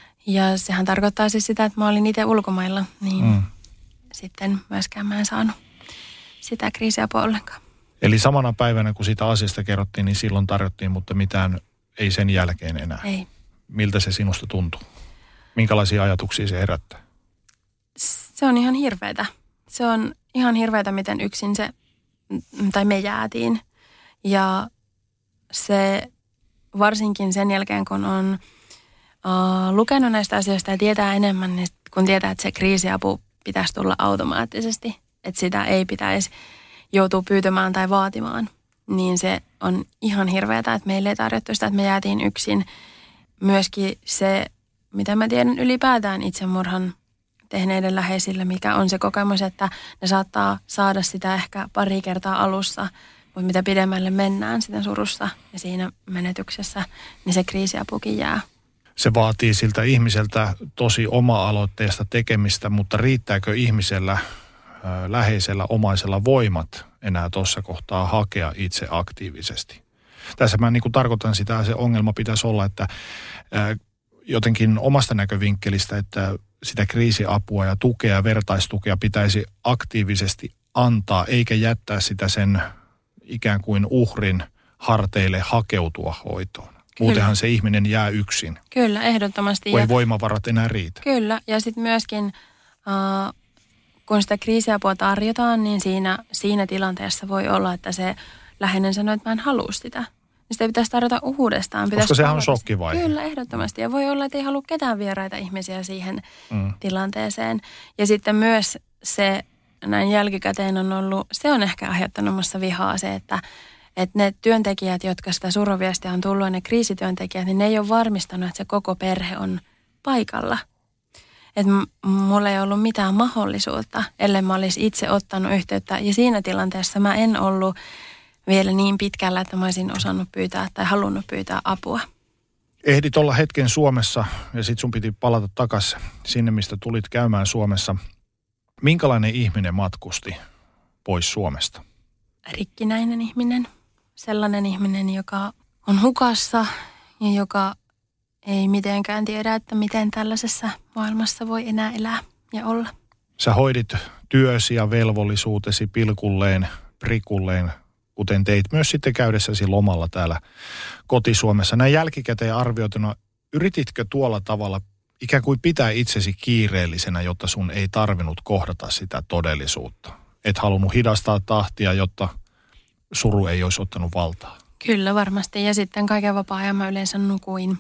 Ja sehän tarkoittaa siis sitä, että mä olin itse ulkomailla, niin mm. sitten myöskään mä en saanut sitä kriisiapua ollenkaan. Eli samana päivänä, kun siitä asiasta kerrottiin, niin silloin tarjottiin, mutta mitään ei sen jälkeen enää. Ei. Miltä se sinusta tuntuu? Minkälaisia ajatuksia se herättää? Se on ihan hirveätä. Se on ihan hirveätä, miten yksin se, tai me jäätiin. Ja se varsinkin sen jälkeen, kun on uh, lukenut näistä asioista ja tietää enemmän, niin kun tietää, että se kriisiapu pitäisi tulla automaattisesti, että sitä ei pitäisi joutua pyytämään tai vaatimaan, niin se on ihan hirveätä, että meille ei tarjottu sitä, että me jäätiin yksin. Myöskin se, mitä mä tiedän ylipäätään itsemurhan tehneiden läheisillä, mikä on se kokemus, että ne saattaa saada sitä ehkä pari kertaa alussa, mutta mitä pidemmälle mennään sitä surussa ja siinä menetyksessä, niin se kriisiapukin jää. Se vaatii siltä ihmiseltä tosi oma-aloitteesta tekemistä, mutta riittääkö ihmisellä, läheisellä, omaisella voimat enää tuossa kohtaa hakea itse aktiivisesti? Tässä mä niin kuin tarkoitan sitä, se ongelma pitäisi olla, että jotenkin omasta näkövinkkelistä, että sitä kriisiapua ja tukea, vertaistukea pitäisi aktiivisesti antaa, eikä jättää sitä sen ikään kuin uhrin harteille hakeutua hoitoon. Muutenhan se ihminen jää yksin. Kyllä, ehdottomasti. Kun ei voimavarat enää riitä. Kyllä, ja sitten myöskin äh, kun sitä kriisiapua tarjotaan, niin siinä, siinä tilanteessa voi olla, että se läheinen sanoo, että mä en halua sitä. Niin sitä pitäisi tarjota uudestaan. Pitäisi Koska sehän on shokkivaihe. Kyllä, ehdottomasti. Ja voi olla, että ei halua ketään vieraita ihmisiä siihen mm. tilanteeseen. Ja sitten myös se näin jälkikäteen on ollut, se on ehkä aiheuttanut musta vihaa se, että Että ne työntekijät, jotka sitä suruviestiä on tullut, ne kriisityöntekijät, niin ne ei ole varmistanut, että se koko perhe on paikalla. Että m- mulla ei ollut mitään mahdollisuutta, ellei mä olisi itse ottanut yhteyttä. Ja siinä tilanteessa mä en ollut vielä niin pitkällä, että mä olisin osannut pyytää tai halunnut pyytää apua. Ehdit olla hetken Suomessa ja sit sun piti palata takaisin sinne, mistä tulit käymään Suomessa. Minkälainen ihminen matkusti pois Suomesta? Rikkinäinen ihminen. Sellainen ihminen, joka on hukassa ja joka ei mitenkään tiedä, että miten tällaisessa maailmassa voi enää elää ja olla. Sä hoidit työsi ja velvollisuutesi pilkulleen, prikulleen, kuten teit myös sitten käydessäsi lomalla täällä kotisuomessa. Näin jälkikäteen arvioituna, yrititkö tuolla tavalla ikään kuin pitää itsesi kiireellisenä, jotta sun ei tarvinnut kohdata sitä todellisuutta? Et halunnut hidastaa tahtia, jotta suru ei olisi ottanut valtaa. Kyllä varmasti. Ja sitten kaiken vapaa-ajan mä yleensä nukuin.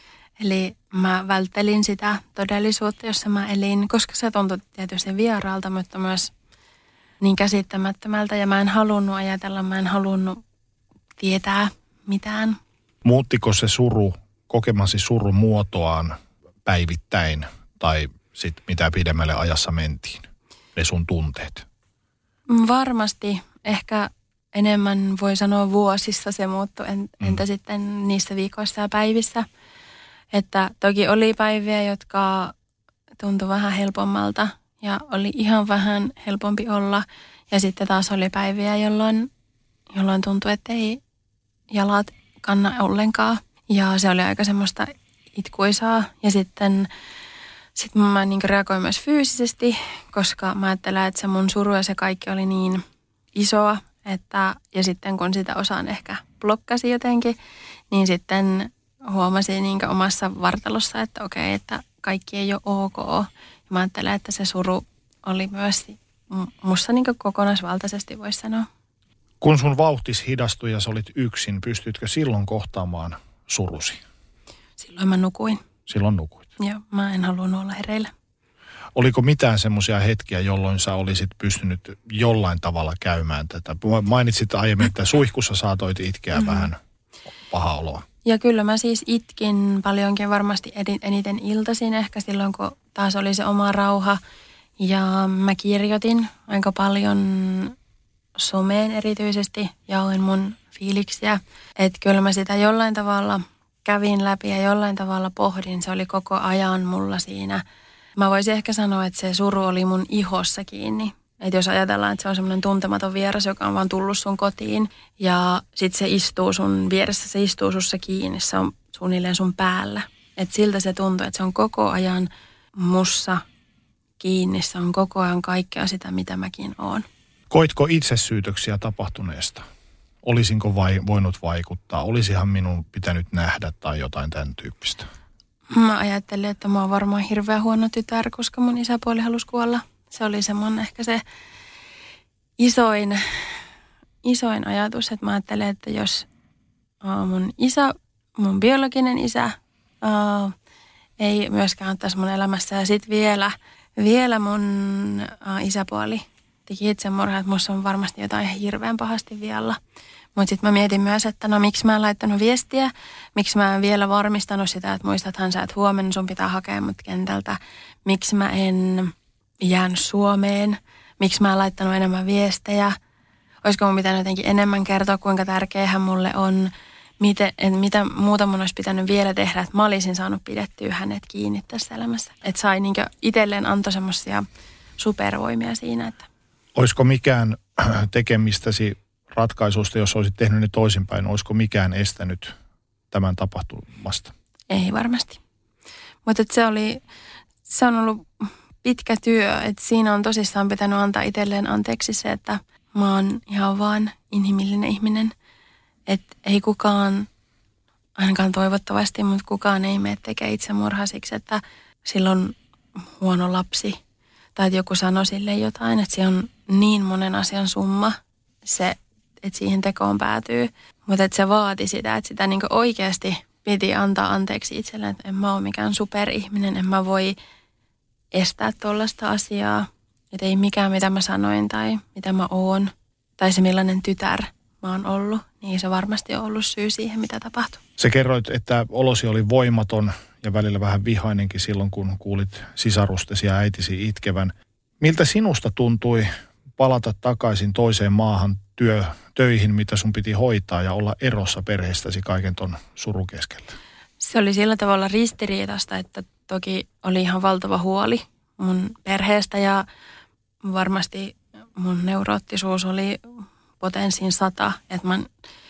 Eli mä välttelin sitä todellisuutta, jossa mä elin, koska se tuntui tietysti vieraalta, mutta myös niin käsittämättömältä. Ja mä en halunnut ajatella, mä en halunnut tietää mitään. Muuttiko se suru, kokemasi suru muotoaan päivittäin tai sitten mitä pidemmälle ajassa mentiin, ne sun tunteet? Varmasti. Ehkä enemmän voi sanoa vuosissa se muuttui, entä mm. sitten niissä viikoissa ja päivissä. Että toki oli päiviä, jotka tuntui vähän helpommalta ja oli ihan vähän helpompi olla. Ja sitten taas oli päiviä, jolloin, jolloin tuntui, että ei jalat kanna ollenkaan. Ja se oli aika semmoista itkuisaa. Ja sitten sit mä niin reagoin myös fyysisesti, koska mä ajattelen, että se mun suru ja se kaikki oli niin isoa. Että, ja sitten kun sitä osaan ehkä blokkasi jotenkin, niin sitten huomasin niin omassa vartalossa, että okei, että kaikki ei ole ok. Ja mä ajattelen, että se suru oli myös musta niin kokonaisvaltaisesti, voisi sanoa. Kun sun vauhtis hidastui ja sä olit yksin, pystytkö silloin kohtaamaan surusi? Silloin mä nukuin. Silloin nukuit? Joo, mä en halunnut olla hereillä. Oliko mitään semmoisia hetkiä, jolloin sä olisit pystynyt jollain tavalla käymään tätä? Mainitsit aiemmin, että suihkussa saatoit itkeä mm-hmm. vähän paha oloa. Ja kyllä mä siis itkin paljonkin varmasti eniten iltaisin ehkä silloin, kun taas oli se oma rauha. Ja mä kirjoitin aika paljon someen erityisesti, jaoin mun fiiliksiä. Että kyllä mä sitä jollain tavalla kävin läpi ja jollain tavalla pohdin. Se oli koko ajan mulla siinä. Mä voisin ehkä sanoa, että se suru oli mun ihossa kiinni. Että jos ajatellaan, että se on semmoinen tuntematon vieras, joka on vaan tullut sun kotiin ja sit se istuu sun vieressä, se istuu sussa kiinni, se on suunnilleen sun päällä. Että siltä se tuntuu, että se on koko ajan mussa kiinni, se on koko ajan kaikkea sitä, mitä mäkin oon. Koitko itsesyytöksiä tapahtuneesta? Olisinko vai, voinut vaikuttaa? Olisihan minun pitänyt nähdä tai jotain tämän tyyppistä? Mä ajattelin, että mä oon varmaan hirveän huono tytär, koska mun isäpuoli halusi kuolla. Se oli semmoinen ehkä se isoin, isoin ajatus, että mä ajattelin, että jos uh, mun isä, mun biologinen isä uh, ei myöskään ole tässä mun elämässä ja sitten vielä, vielä mun uh, isäpuoli teki itsemurhaa, että musta on varmasti jotain hirveän pahasti vialla. Mutta sitten mä mietin myös, että no miksi mä en laittanut viestiä, miksi mä en vielä varmistanut sitä, että muistathan sä, että huomenna sun pitää hakea mut kentältä. Miksi mä en jäänyt Suomeen, miksi mä en laittanut enemmän viestejä. Olisiko mun pitänyt jotenkin enemmän kertoa, kuinka tärkeä hän mulle on, miten, mitä muuta mun olisi pitänyt vielä tehdä, että mä olisin saanut pidettyä hänet kiinni tässä elämässä. Että sai niinkö itselleen antoi semmoisia supervoimia siinä, että olisiko mikään tekemistäsi ratkaisusta, jos olisit tehnyt ne toisinpäin, olisiko mikään estänyt tämän tapahtumasta? Ei varmasti. Mutta se oli, se on ollut pitkä työ, että siinä on tosissaan pitänyt antaa itselleen anteeksi se, että mä oon ihan vaan inhimillinen ihminen. Että ei kukaan, ainakaan toivottavasti, mutta kukaan ei mene tekemään itsemurhaa siksi, että sillä on huono lapsi. Tai että joku sanoi sille jotain, että se on niin monen asian summa, se, että siihen tekoon päätyy. Mutta että se vaati sitä, että sitä niin oikeasti piti antaa anteeksi itselleen, että en mä ole mikään superihminen, en mä voi estää tuollaista asiaa. Että ei mikään, mitä mä sanoin tai mitä mä oon, tai se millainen tytär mä oon ollut, niin se varmasti on ollut syy siihen, mitä tapahtui. Sä kerroit, että olosi oli voimaton ja välillä vähän vihainenkin silloin, kun kuulit sisarustesi ja äitisi itkevän. Miltä sinusta tuntui palata takaisin toiseen maahan työ, töihin, mitä sun piti hoitaa ja olla erossa perheestäsi kaiken ton surun keskellä? Se oli sillä tavalla ristiriitasta, että toki oli ihan valtava huoli mun perheestä ja varmasti mun neuroottisuus oli potenssiin sata, että mä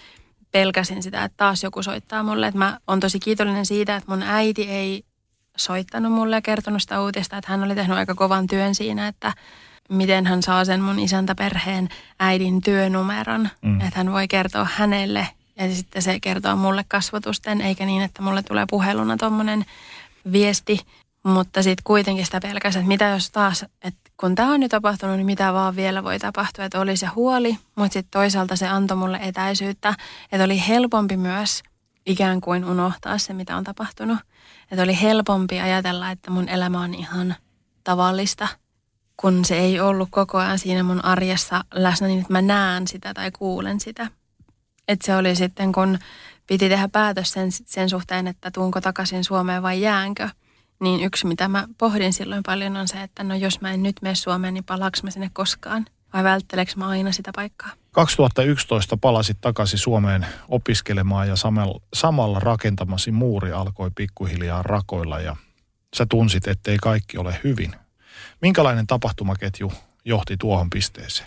pelkäsin sitä, että taas joku soittaa mulle. Että mä oon tosi kiitollinen siitä, että mun äiti ei soittanut mulle ja kertonut sitä uutista, että hän oli tehnyt aika kovan työn siinä, että miten hän saa sen mun isäntäperheen äidin työnumeron, mm. että hän voi kertoa hänelle ja sitten se kertoo mulle kasvatusten, eikä niin, että mulle tulee puheluna tommonen viesti, mutta sitten kuitenkin sitä pelkäsi, että mitä jos taas, että kun tämä on jo tapahtunut, niin mitä vaan vielä voi tapahtua, että oli se huoli, mutta sitten toisaalta se antoi mulle etäisyyttä, että oli helpompi myös ikään kuin unohtaa se, mitä on tapahtunut. Että oli helpompi ajatella, että mun elämä on ihan tavallista, kun se ei ollut koko ajan siinä mun arjessa läsnä niin, että mä näen sitä tai kuulen sitä. Että se oli sitten, kun piti tehdä päätös sen, sen suhteen, että tuunko takaisin Suomeen vai jäänkö. Niin yksi, mitä mä pohdin silloin paljon, on se, että no jos mä en nyt mene Suomeen, niin palaanko mä sinne koskaan? Vai vältteleekö mä aina sitä paikkaa? kaksituhattayksitoista palasit takaisin Suomeen opiskelemaan ja samalla, samalla rakentamasi muuri alkoi pikkuhiljaa rakoilla ja sä tunsit, ettei kaikki ole hyvin. Minkälainen tapahtumaketju johti tuohon pisteeseen?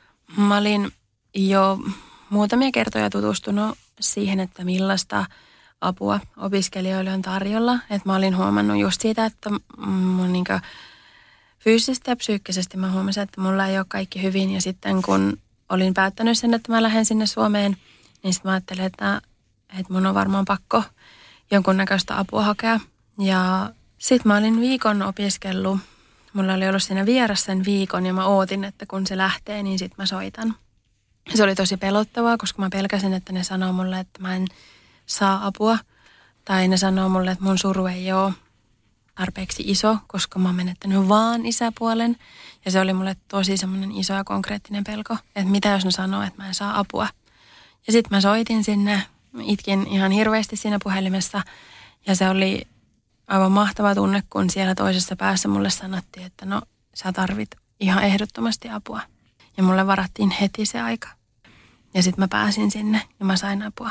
Mä olin jo muutamia kertoja tutustunut siihen, että millaista apua opiskelijoille on tarjolla. Et mä olin huomannut just siitä, että mun niinku fyysisesti ja psyykkisesti mä huomasin, että mulla ei ole kaikki hyvin. Ja sitten kun olin päättänyt sen, että mä lähden sinne Suomeen, niin sitten mä ajattelin, että, että mun on varmaan pakko jonkunnäköistä apua hakea. Ja sitten mä olin viikon opiskellut. Mulla oli ollut siinä vieras sen viikon ja mä ootin, että kun se lähtee, niin sitten mä soitan. Se oli tosi pelottavaa, koska mä pelkäsin, että ne sanoo mulle, että mä en saa apua. Tai ne sanoo mulle, että mun suru ei ole tarpeeksi iso, koska mä oon menettänyt vaan isäpuolen. Ja se oli mulle tosi semmoinen iso ja konkreettinen pelko, että mitä jos ne sanoo, että mä en saa apua. Ja sitten mä soitin sinne, itkin ihan hirveästi siinä puhelimessa. Ja se oli aivan mahtava tunne, kun siellä toisessa päässä mulle sanottiin, että no sä tarvit ihan ehdottomasti apua. Ja mulle varattiin heti se aika. Ja sitten mä pääsin sinne ja mä sain apua.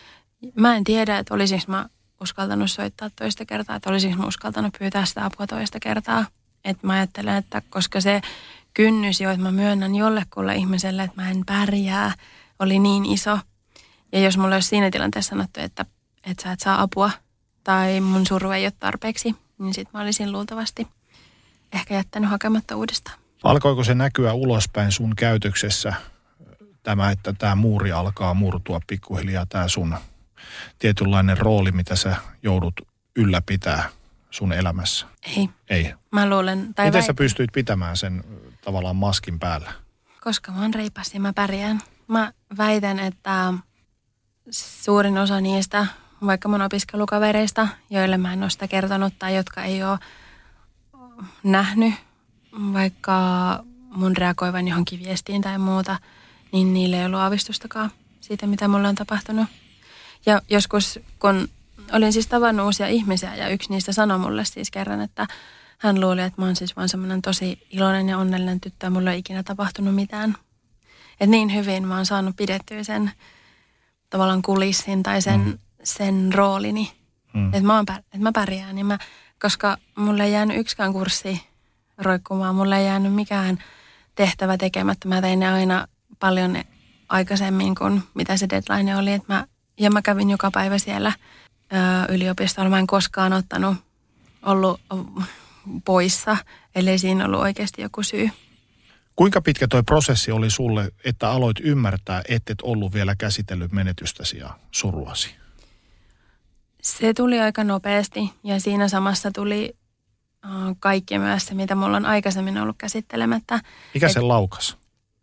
Mä en tiedä, että olisinko mä uskaltanut soittaa toista kertaa, että olisinko mä uskaltanut pyytää sitä apua toista kertaa. Että mä ajattelen, että koska se kynnys jo, että mä myönnän jollekulle ihmiselle, että mä en pärjää, oli niin iso. Ja jos mulla olisi siinä tilanteessa sanottu, että, että sä et saa apua tai mun suru ei ole tarpeeksi, niin sit mä olisin luultavasti ehkä jättänyt hakematta uudestaan. Alkoiko se näkyä ulospäin sun käytöksessä, tämä, että tämä muuri alkaa murtua pikkuhiljaa, tämä sun tietynlainen rooli, mitä sä joudut ylläpitää sun elämässä? Ei. Ei. Mä luulen, tai Miten väit... sä pystyit pitämään sen tavallaan maskin päällä? Koska mä oon reipas ja mä pärjään. Mä väitän, että suurin osa niistä, vaikka mun opiskelukavereista, joille mä en ole sitä kertonut tai jotka ei ole nähnyt vaikka mun reagoivan johonkin viestiin tai muuta, niin niille ei ollut aavistustakaan siitä, mitä mulle on tapahtunut. Ja joskus, kun olin siis tavannut uusia ihmisiä ja yksi niistä sanoi mulle siis kerran, että hän luuli, että mä oon siis vaan semmoinen tosi iloinen ja onnellinen tyttö ja mulla ei ole ikinä tapahtunut mitään. Että niin hyvin mä oon saanut pidettyä sen tavallaan kulissin tai sen, mm. sen roolini. Mm. Että mä, että mä pärjään. Ja mä, koska mulle ei jäänyt yksikään kurssi roikkumaan, mulle ei jäänyt mikään tehtävä tekemättä. Mä tein ne aina paljon aikaisemmin kuin mitä se deadline oli. Että mä, ja mä kävin joka päivä siellä ö, yliopistolla. Mä en koskaan ottanut, ollut poissa, ellei siinä ollut oikeasti joku syy. Kuinka pitkä toi prosessi oli sulle, että aloit ymmärtää, ettet ollut vielä käsitellyt menetystäsi ja suruasi? Se tuli aika nopeasti ja siinä samassa tuli uh, kaikki myös se, mitä mulla on aikaisemmin ollut käsittelemättä. Mikä Et, sen laukas?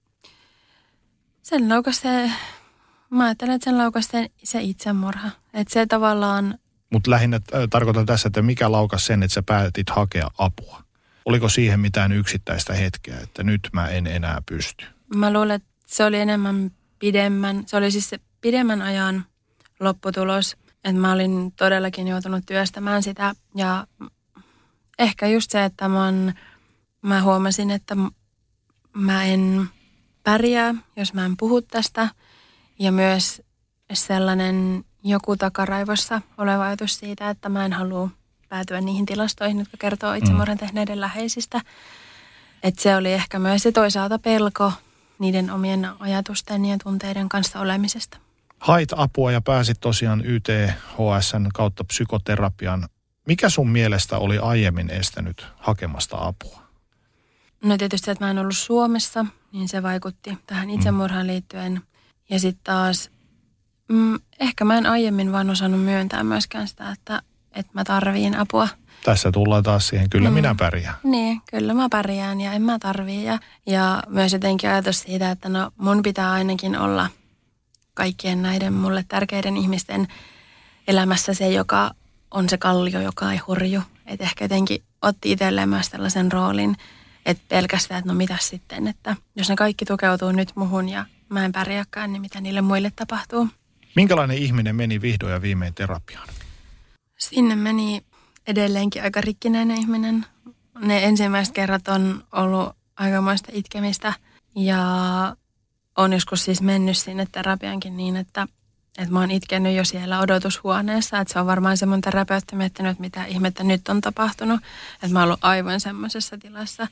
Sen laukas se, mä ajattelen, että sen laukas se, se itsemurha. Että se tavallaan... Mutta lähinnä äh, tarkoitan tässä, että mikä laukas sen, että sä päätit hakea apua? Oliko siihen mitään yksittäistä hetkeä, että nyt mä en enää pysty? Mä luulen, että se oli enemmän pidemmän, se oli siis se pidemmän ajan lopputulos, että mä olin todellakin joutunut työstämään sitä. Ja ehkä just se, että mä, on, mä huomasin, että mä en pärjää, jos mä en puhu tästä. Ja myös sellainen joku takaraivossa oleva ajatus siitä, että mä en halua päätyä niihin tilastoihin, jotka kertoo itsemurhan tehneiden läheisistä. Että se oli ehkä myös se toisaalta pelko niiden omien ajatusten ja tunteiden kanssa olemisesta. Hait apua ja pääsit tosiaan Y T H S:n kautta psykoterapian. Mikä sun mielestä oli aiemmin estänyt hakemasta apua? No tietysti se, että mä en ollut Suomessa, niin se vaikutti tähän itsemurhaan liittyen. Ja sitten taas, mm, ehkä mä en aiemmin vaan osannut myöntää myöskään sitä, että että mä tarviin apua. Tässä tullaan taas siihen, kyllä mm. minä pärjään. Niin, kyllä mä pärjään ja en mä tarvii. Ja, ja myös jotenkin ajatus siitä, että no mun pitää ainakin olla kaikkien näiden mulle tärkeiden ihmisten elämässä se, joka on se kallio, joka ei horju. Että ehkä jotenkin otti itselleen myös tällaisen roolin, että pelkästään, että no mitäs sitten, että jos ne kaikki tukeutuu nyt muhun ja mä en pärjääkään, niin mitä niille muille tapahtuu. Minkälainen ihminen meni vihdoin ja viimein terapiaan? Sinne meni edelleenkin aika rikkinäinen ihminen. Ne ensimmäiset kerrat on ollut aikamoista itkemistä ja on joskus siis mennyt sinne terapiankin niin, että, että mä oon itkenyt jo siellä odotushuoneessa. Että se on varmaan se mun terapeutti miettinyt, että mitä ihmettä nyt on tapahtunut. Että mä oon ollut aivan semmoisessa tilassa.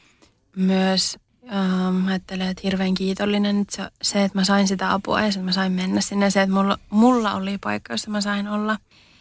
Myös ähm, ajattelen, että hirveän kiitollinen että se, se, että mä sain sitä apua ja että mä sain mennä sinne. Se, että mulla, mulla oli paikka, jossa mä sain olla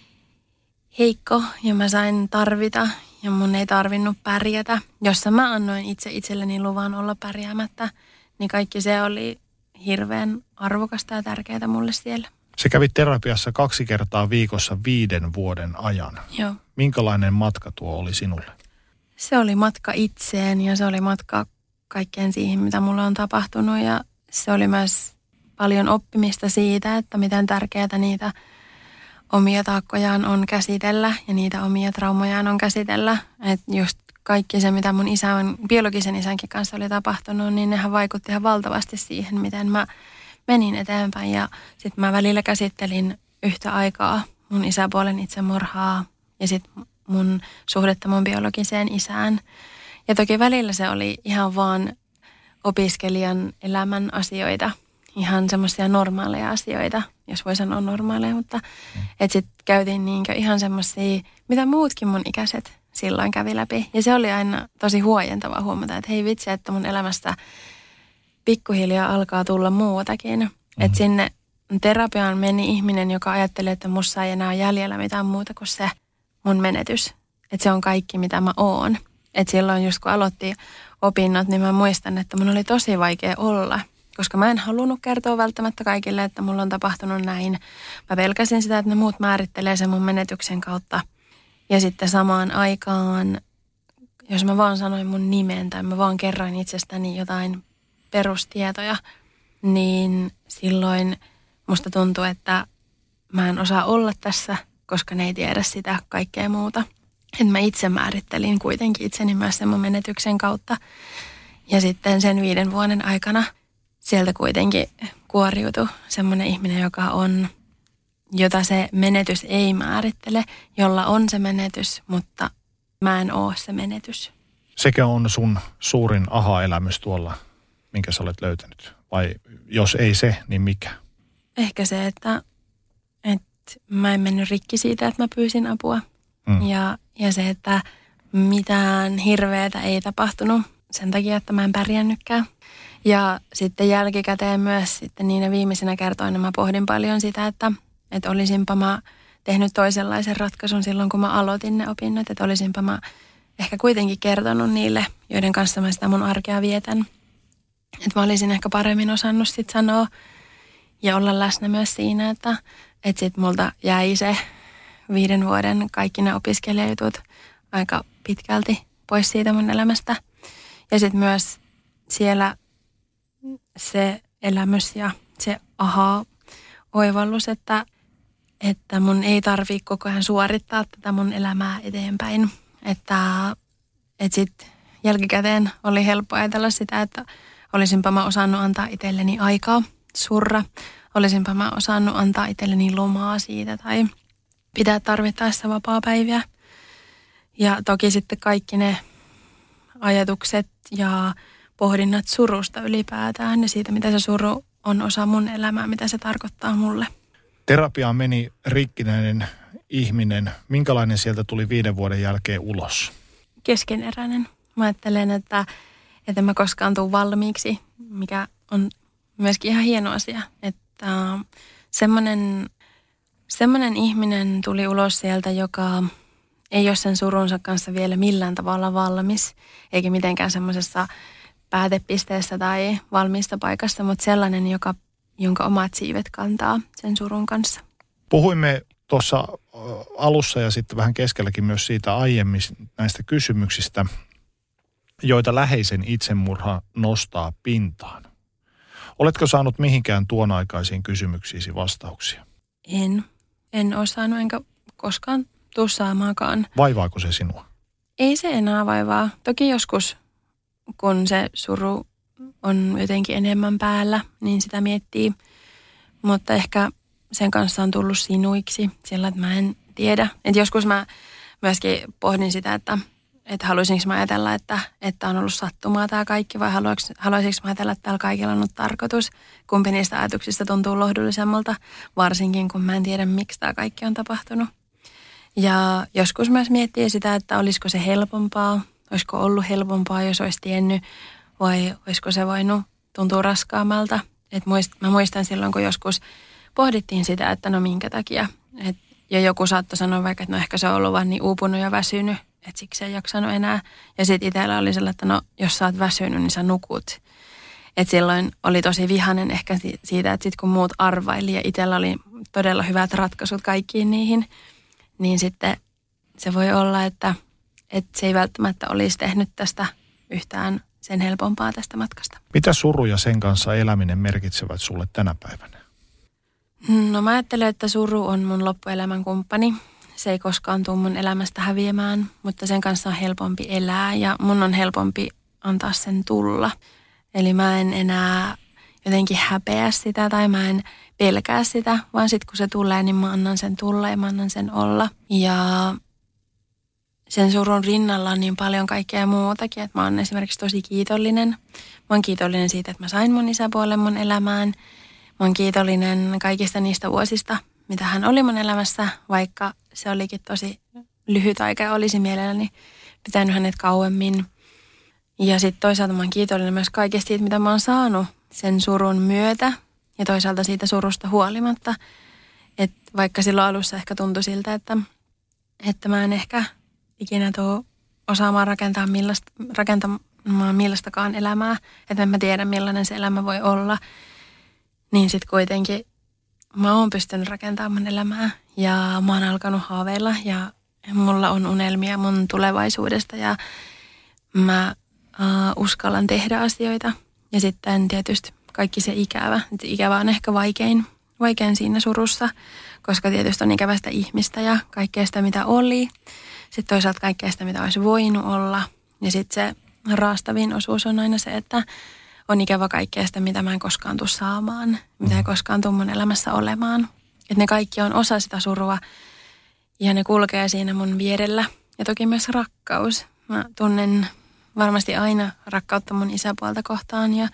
heikko ja mä sain tarvita ja mun ei tarvinnut pärjätä. Jossa mä annoin itse itselleni luvan olla pärjäämättä, niin kaikki se oli hirveän arvokasta ja tärkeää mulle siellä. Se kävi terapiassa kaksi kertaa viikossa viiden vuoden ajan. Joo. Minkälainen matka tuo oli sinulle? Se oli matka itseen ja se oli matka kaikkeen siihen, mitä mulle on tapahtunut. Ja se oli myös paljon oppimista siitä, että miten tärkeää niitä omia taakkojaan on käsitellä ja niitä omia traumojaan on käsitellä. Että just kaikki se, mitä mun isä on, biologisen isänkin kanssa oli tapahtunut, niin nehän vaikutti ihan valtavasti siihen, miten mä menin eteenpäin. Ja sitten mä välillä käsittelin yhtä aikaa mun isäpuolen itsemurhaa ja sitten mun suhdetta mun biologiseen isään. Ja toki välillä se oli ihan vaan opiskelijan elämän asioita, ihan semmoisia normaaleja asioita, jos voi sanoa normaaleja, mutta mm. että sitten käytiin niinkö ihan semmoisia, mitä muutkin mun ikäiset silloin kävi läpi. Ja se oli aina tosi huojentavaa huomata, että hei vitsi, että mun elämästä pikkuhiljaa alkaa tulla muutakin. Mm. Että sinne terapiaan meni ihminen, joka ajatteli, että musta ei enää jäljellä mitään muuta kuin se mun menetys. Että se on kaikki, mitä mä oon. Että silloin just kun aloitti opinnot, niin mä muistan, että mun oli tosi vaikea olla. Koska mä en halunnut kertoa välttämättä kaikille, että mulla on tapahtunut näin. Mä pelkäsin sitä, että ne muut määrittelee sen mun menetyksen kautta. Ja sitten samaan aikaan, jos mä vaan sanoin mun nimen tai mä vaan kerroin itsestäni jotain perustietoja, niin silloin musta tuntuu, että mä en osaa olla tässä, koska ne ei tiedä sitä kaikkea muuta. Että mä itse määrittelin kuitenkin itseni myös sen mun menetyksen kautta. Ja sitten sen viiden vuoden aikana sieltä kuitenkin kuoriutui semmoinen ihminen, joka on, jota se menetys ei määrittele, jolla on se menetys, mutta mä en oo se menetys. Sekä on sun suurin aha-elämys tuolla, minkä sä olet löytänyt? Vai jos ei se, niin mikä? Ehkä se, että, että mä en mennyt rikki siitä, että mä pyysin apua. Mm. Ja, ja se, että mitään hirveätä ei tapahtunut sen takia, että mä en pärjännytkään. Ja sitten jälkikäteen myös sitten niinä viimeisinä kertoina mä pohdin paljon sitä, että, että olisinpa mä tehnyt toisenlaisen ratkaisun silloin, kun mä aloitin ne opinnot. Että olisinpa mä ehkä kuitenkin kertonut niille, joiden kanssa mä sitä mun arkea vietän. Että mä olisin ehkä paremmin osannut sit sanoa ja olla läsnä myös siinä, että, että sit multa jäi se viiden vuoden kaikki ne opiskelijajutut aika pitkälti pois siitä mun elämästä. Ja sitten myös siellä se elämys ja se aha-oivallus, että, että mun ei tarvitse koko ajan suorittaa tätä mun elämää eteenpäin. Että, että sitten jälkikäteen oli helppo ajatella sitä, että olisinpa mä osannut antaa itselleni aikaa surra. Olisinpa mä osannut antaa itselleni lomaa siitä tai pitää tarvittaessa vapaapäiviä. Ja toki sitten kaikki ne ajatukset ja pohdinnat surusta ylipäätään ja siitä, mitä se suru on osa mun elämää, mitä se tarkoittaa mulle. Terapiaan meni rikkinäinen ihminen. Minkälainen sieltä tuli viiden vuoden jälkeen ulos? Keskeneräinen. Mä ajattelen, että, että mä koskaan tuun valmiiksi, mikä on myöskin ihan hieno asia. Että semmoinen, semmoinen ihminen tuli ulos sieltä, joka ei ole sen surunsa kanssa vielä millään tavalla valmis, eikä mitenkään semmoisessa päätepisteessä tai valmiista paikassa, mutta sellainen, joka, jonka omat siivet kantaa sen surun kanssa. Puhuimme tuossa alussa ja sitten vähän keskelläkin myös siitä aiemmin näistä kysymyksistä, joita läheisen itsemurha nostaa pintaan. Oletko saanut mihinkään tuon aikaisiin kysymyksiisi vastauksia? En. En ole saanut, enkä koskaan tuu saamaankaan. Vaivaako se sinua? Ei se enää vaivaa. Toki joskus, kun se suru on jotenkin enemmän päällä, niin sitä miettii. Mutta ehkä sen kanssa on tullut sinuiksi, sillä että mä en tiedä. Et joskus mä myöskin pohdin sitä, että, että haluaisinko mä ajatella, että, että on ollut sattumaa tämä kaikki, vai haluaisinko mä ajatella, että täällä kaikilla on ollut tarkoitus. Kumpi niistä ajatuksista tuntuu lohdullisemmalta, varsinkin kun mä en tiedä, miksi tämä kaikki on tapahtunut. Ja joskus myös miettii sitä, että olisiko se helpompaa, olisiko ollut helpompaa, jos olisi tiennyt, vai olisiko se voinut tuntua raskaammalta. Et muist, mä muistan silloin, kun joskus pohdittiin sitä, että no minkä takia. Et, ja joku saattoi sanoa vaikka, että no ehkä se on ollut vaan niin uupunut ja väsynyt, että siksi ei jaksanut enää. Ja sitten itsellä oli sellainen, että no jos sä oot väsynyt, niin sä nukut. Et silloin oli tosi vihainen ehkä siitä, että sitten kun muut arvaili ja itsellä oli todella hyvät ratkaisut kaikkiin niihin, niin sitten se voi olla, että, että se ei välttämättä olisi tehnyt tästä yhtään sen helpompaa tästä matkasta. Mitä suru ja sen kanssa eläminen merkitsevät sulle tänä päivänä? No mä ajattelen, että suru on mun loppuelämän kumppani. Se ei koskaan tule mun elämästä häviämään, mutta sen kanssa on helpompi elää ja mun on helpompi antaa sen tulla. Eli mä en enää jotenkin häpeä sitä tai mä en pelkää sitä, vaan sitten kun se tulee, niin mä annan sen tulla ja mä annan sen olla. Ja sen surun rinnalla on niin paljon kaikkea muutakin, että mä oon esimerkiksi tosi kiitollinen. Mä oon kiitollinen siitä, että mä sain mun isäpuolen mun elämään. Mä oon kiitollinen kaikista niistä vuosista, mitä hän oli mun elämässä, vaikka se olikin tosi lyhyt aika ja olisi mielelläni pitänyt hänet kauemmin. Ja sitten toisaalta mä oon kiitollinen myös kaikesta siitä, mitä mä oon saanut sen surun myötä ja toisaalta siitä surusta huolimatta. Että vaikka silloin alussa ehkä tuntui siltä, että, että mä en ehkä ikinä tuu osaamaan rakentaa, millaista, rakentaa millaistakaan elämää, että en mä tiedä millainen se elämä voi olla, niin sitten kuitenkin mä oon pystynyt rakentamaan mun elämää ja mä oon alkanut haaveilla ja mulla on unelmia mun tulevaisuudesta ja mä uh, uskallan tehdä asioita. Ja sitten tietysti kaikki se ikävä. Ikävä on ehkä vaikein, vaikein siinä surussa, koska tietysti on ikävä sitä ihmistä ja kaikkea sitä, mitä oli. Sitten toisaalta kaikkea sitä, mitä olisi voinut olla. Ja sitten se raastavin osuus on aina se, että on ikävä kaikkea sitä, mitä mä en koskaan tule saamaan, mitä ei koskaan tule mun elämässä olemaan. Että ne kaikki on osa sitä surua ja ne kulkee siinä mun vierellä. Ja toki myös rakkaus. Mä tunnen varmasti aina rakkautta mun isäpuolta kohtaan ja,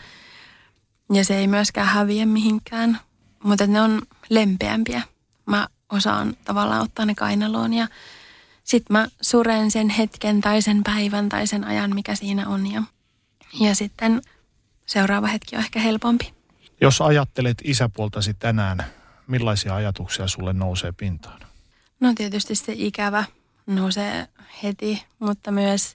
ja se ei myöskään häviä mihinkään. Mutta ne on lempeämpiä. Mä osaan tavallaan ottaa ne kainaloon ja sit mä suren sen hetken tai sen päivän tai sen ajan, mikä siinä on. Ja, ja sitten seuraava hetki on ehkä helpompi. Jos ajattelet isäpuoltasi tänään, millaisia ajatuksia sulle nousee pintaan? No tietysti se ikävä nousee heti, mutta myös,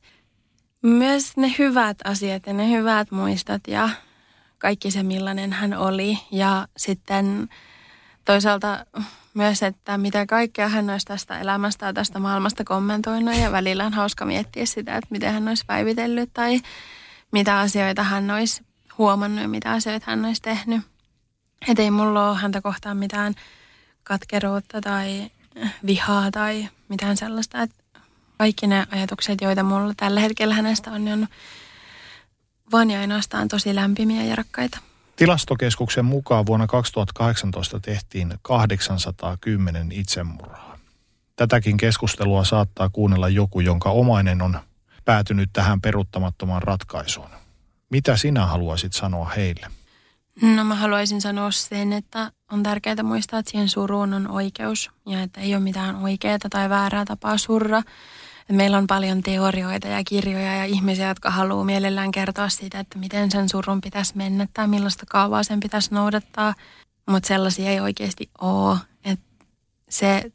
myös ne hyvät asiat ja ne hyvät muistot ja kaikki se, millainen hän oli. Ja sitten toisaalta myös, että mitä kaikkea hän olisi tästä elämästä ja tästä maailmasta kommentoinut. Ja välillä on hauska miettiä sitä, että miten hän olisi päivitellyt tai mitä asioita hän olisi huomannut ja mitä asioita hän olisi tehnyt. Että ei mulla ole häntä kohtaan mitään katkeruutta tai vihaa tai mitään sellaista. Että kaikki ne ajatukset, joita mulla tällä hetkellä hänestä on, on vaan ja ainoastaan tosi lämpimiä ja rakkaita. Tilastokeskuksen mukaan vuonna kaksituhattakahdeksantoista tehtiin kahdeksansataakymmenen itsemurhaa. Tätäkin keskustelua saattaa kuunnella joku, jonka omainen on päätynyt tähän peruuttamattomaan ratkaisuun. Mitä sinä haluaisit sanoa heille? No mä haluaisin sanoa sen, että on tärkeää muistaa, että siihen suruun on oikeus ja että ei ole mitään oikeaa tai väärää tapaa surra. Et meillä on paljon teorioita ja kirjoja ja ihmisiä, jotka haluaa mielellään kertoa siitä, että miten sen surun pitäisi mennä tai millaista kaavaa sen pitäisi noudattaa. Mutta sellaisia ei oikeasti ole. Et se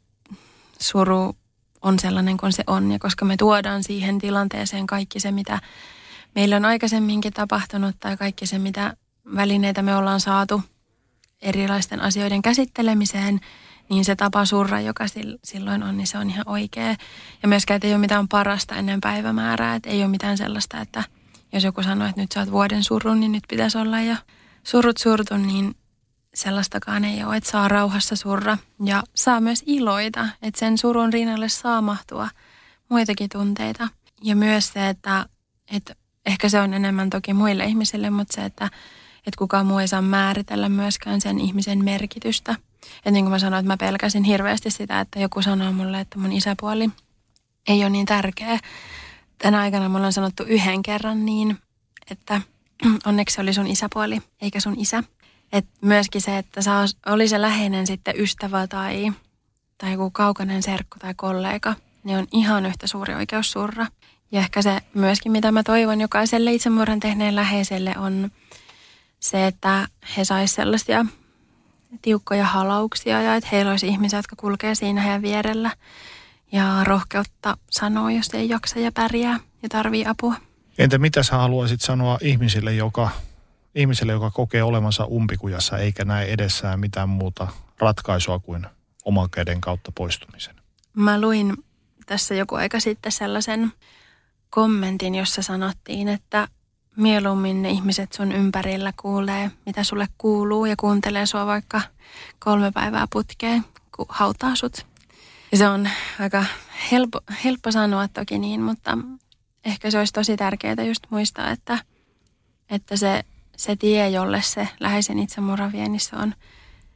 suru on sellainen kuin se on ja koska me tuodaan siihen tilanteeseen kaikki se, mitä meillä on aikaisemminkin tapahtunut tai kaikki se, mitä välineitä me ollaan saatu erilaisten asioiden käsittelemiseen, niin se tapa surra, joka silloin on, niin se on ihan oikea. Ja myöskään, että ei ole mitään parasta ennen päivämäärää, että ei ole mitään sellaista, että jos joku sanoo, että nyt sä oot vuoden surun, niin nyt pitäisi olla jo surut surtu, niin sellaistakaan ei ole, että saa rauhassa surra ja saa myös iloita, että sen surun rinnalle saa mahtua muitakin tunteita. Ja myös se, että, että ehkä se on enemmän toki muille ihmisille, mutta se, että, että kukaan muu ei saa määritellä myöskään sen ihmisen merkitystä. Että niin kuin mä sanoin, että mä pelkäsin hirveästi sitä, että joku sanoo mulle, että mun isäpuoli ei ole niin tärkeä. Tänä aikana mulla on sanottu yhden kerran niin, että onneksi se oli sun isäpuoli, eikä sun isä. Että myöskin se, että saa, oli se läheinen sitten ystävä tai, tai joku kaukainen serkku tai kollega, niin on ihan yhtä suuri oikeus surra. Ja ehkä se myöskin, mitä mä toivon jokaiselle itsemurhan tehneen läheiselle, on se, että he sais sellaisia tiukkoja halauksia ja että heillä olisi ihmisiä, jotka kulkee siinä heidän vierellä ja rohkeutta sanoa, jos ei jaksa ja pärjää ja tarvii apua. Entä mitä sä haluaisit sanoa ihmisille, joka, ihmiselle, joka kokee olemansa umpikujassa eikä näe edessään mitään muuta ratkaisua kuin oman käden kautta poistumisen? Mä luin tässä joku aika sitten sellaisen kommentin, jossa sanottiin, että mieluummin ne ihmiset sun ympärillä kuulee, mitä sulle kuuluu ja kuuntelee sua vaikka kolme päivää putkeen, kun hautaa sut. Ja se on aika helppo, helppo sanoa toki niin, mutta ehkä se olisi tosi tärkeää just muistaa, että, että se, se tie, jolle se läheisen itsemurha vie, niin se on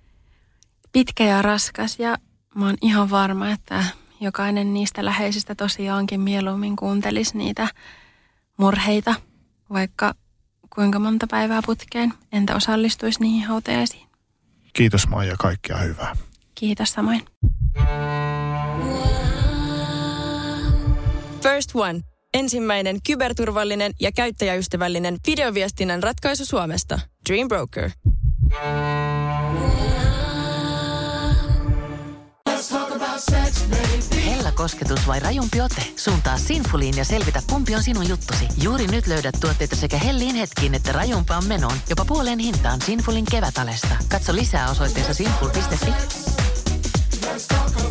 pitkä ja raskas. Ja mä oon ihan varma, että jokainen niistä läheisistä tosiaankin mieluummin kuuntelisi niitä murheita, vaikka kuinka monta päivää putkeen, entä osallistuisi niihin hautajaisiin. Kiitos Maija, kaikkea hyvää. Kiitos samoin. First One. Ensimmäinen kyberturvallinen ja käyttäjäystävällinen videoviestinnän ratkaisu Suomesta. Dream Broker. Hella kosketus vai rajumpi ote? Suuntaa Sinfuliin ja selvitä, kumpi on sinun juttusi. Juuri nyt löydät tuotteita sekä helliin hetkiin että rajumpaan menoon. Jopa puoleen hintaan Sinfulin kevätalesta. Katso lisää osoitteessa sinful piste fi.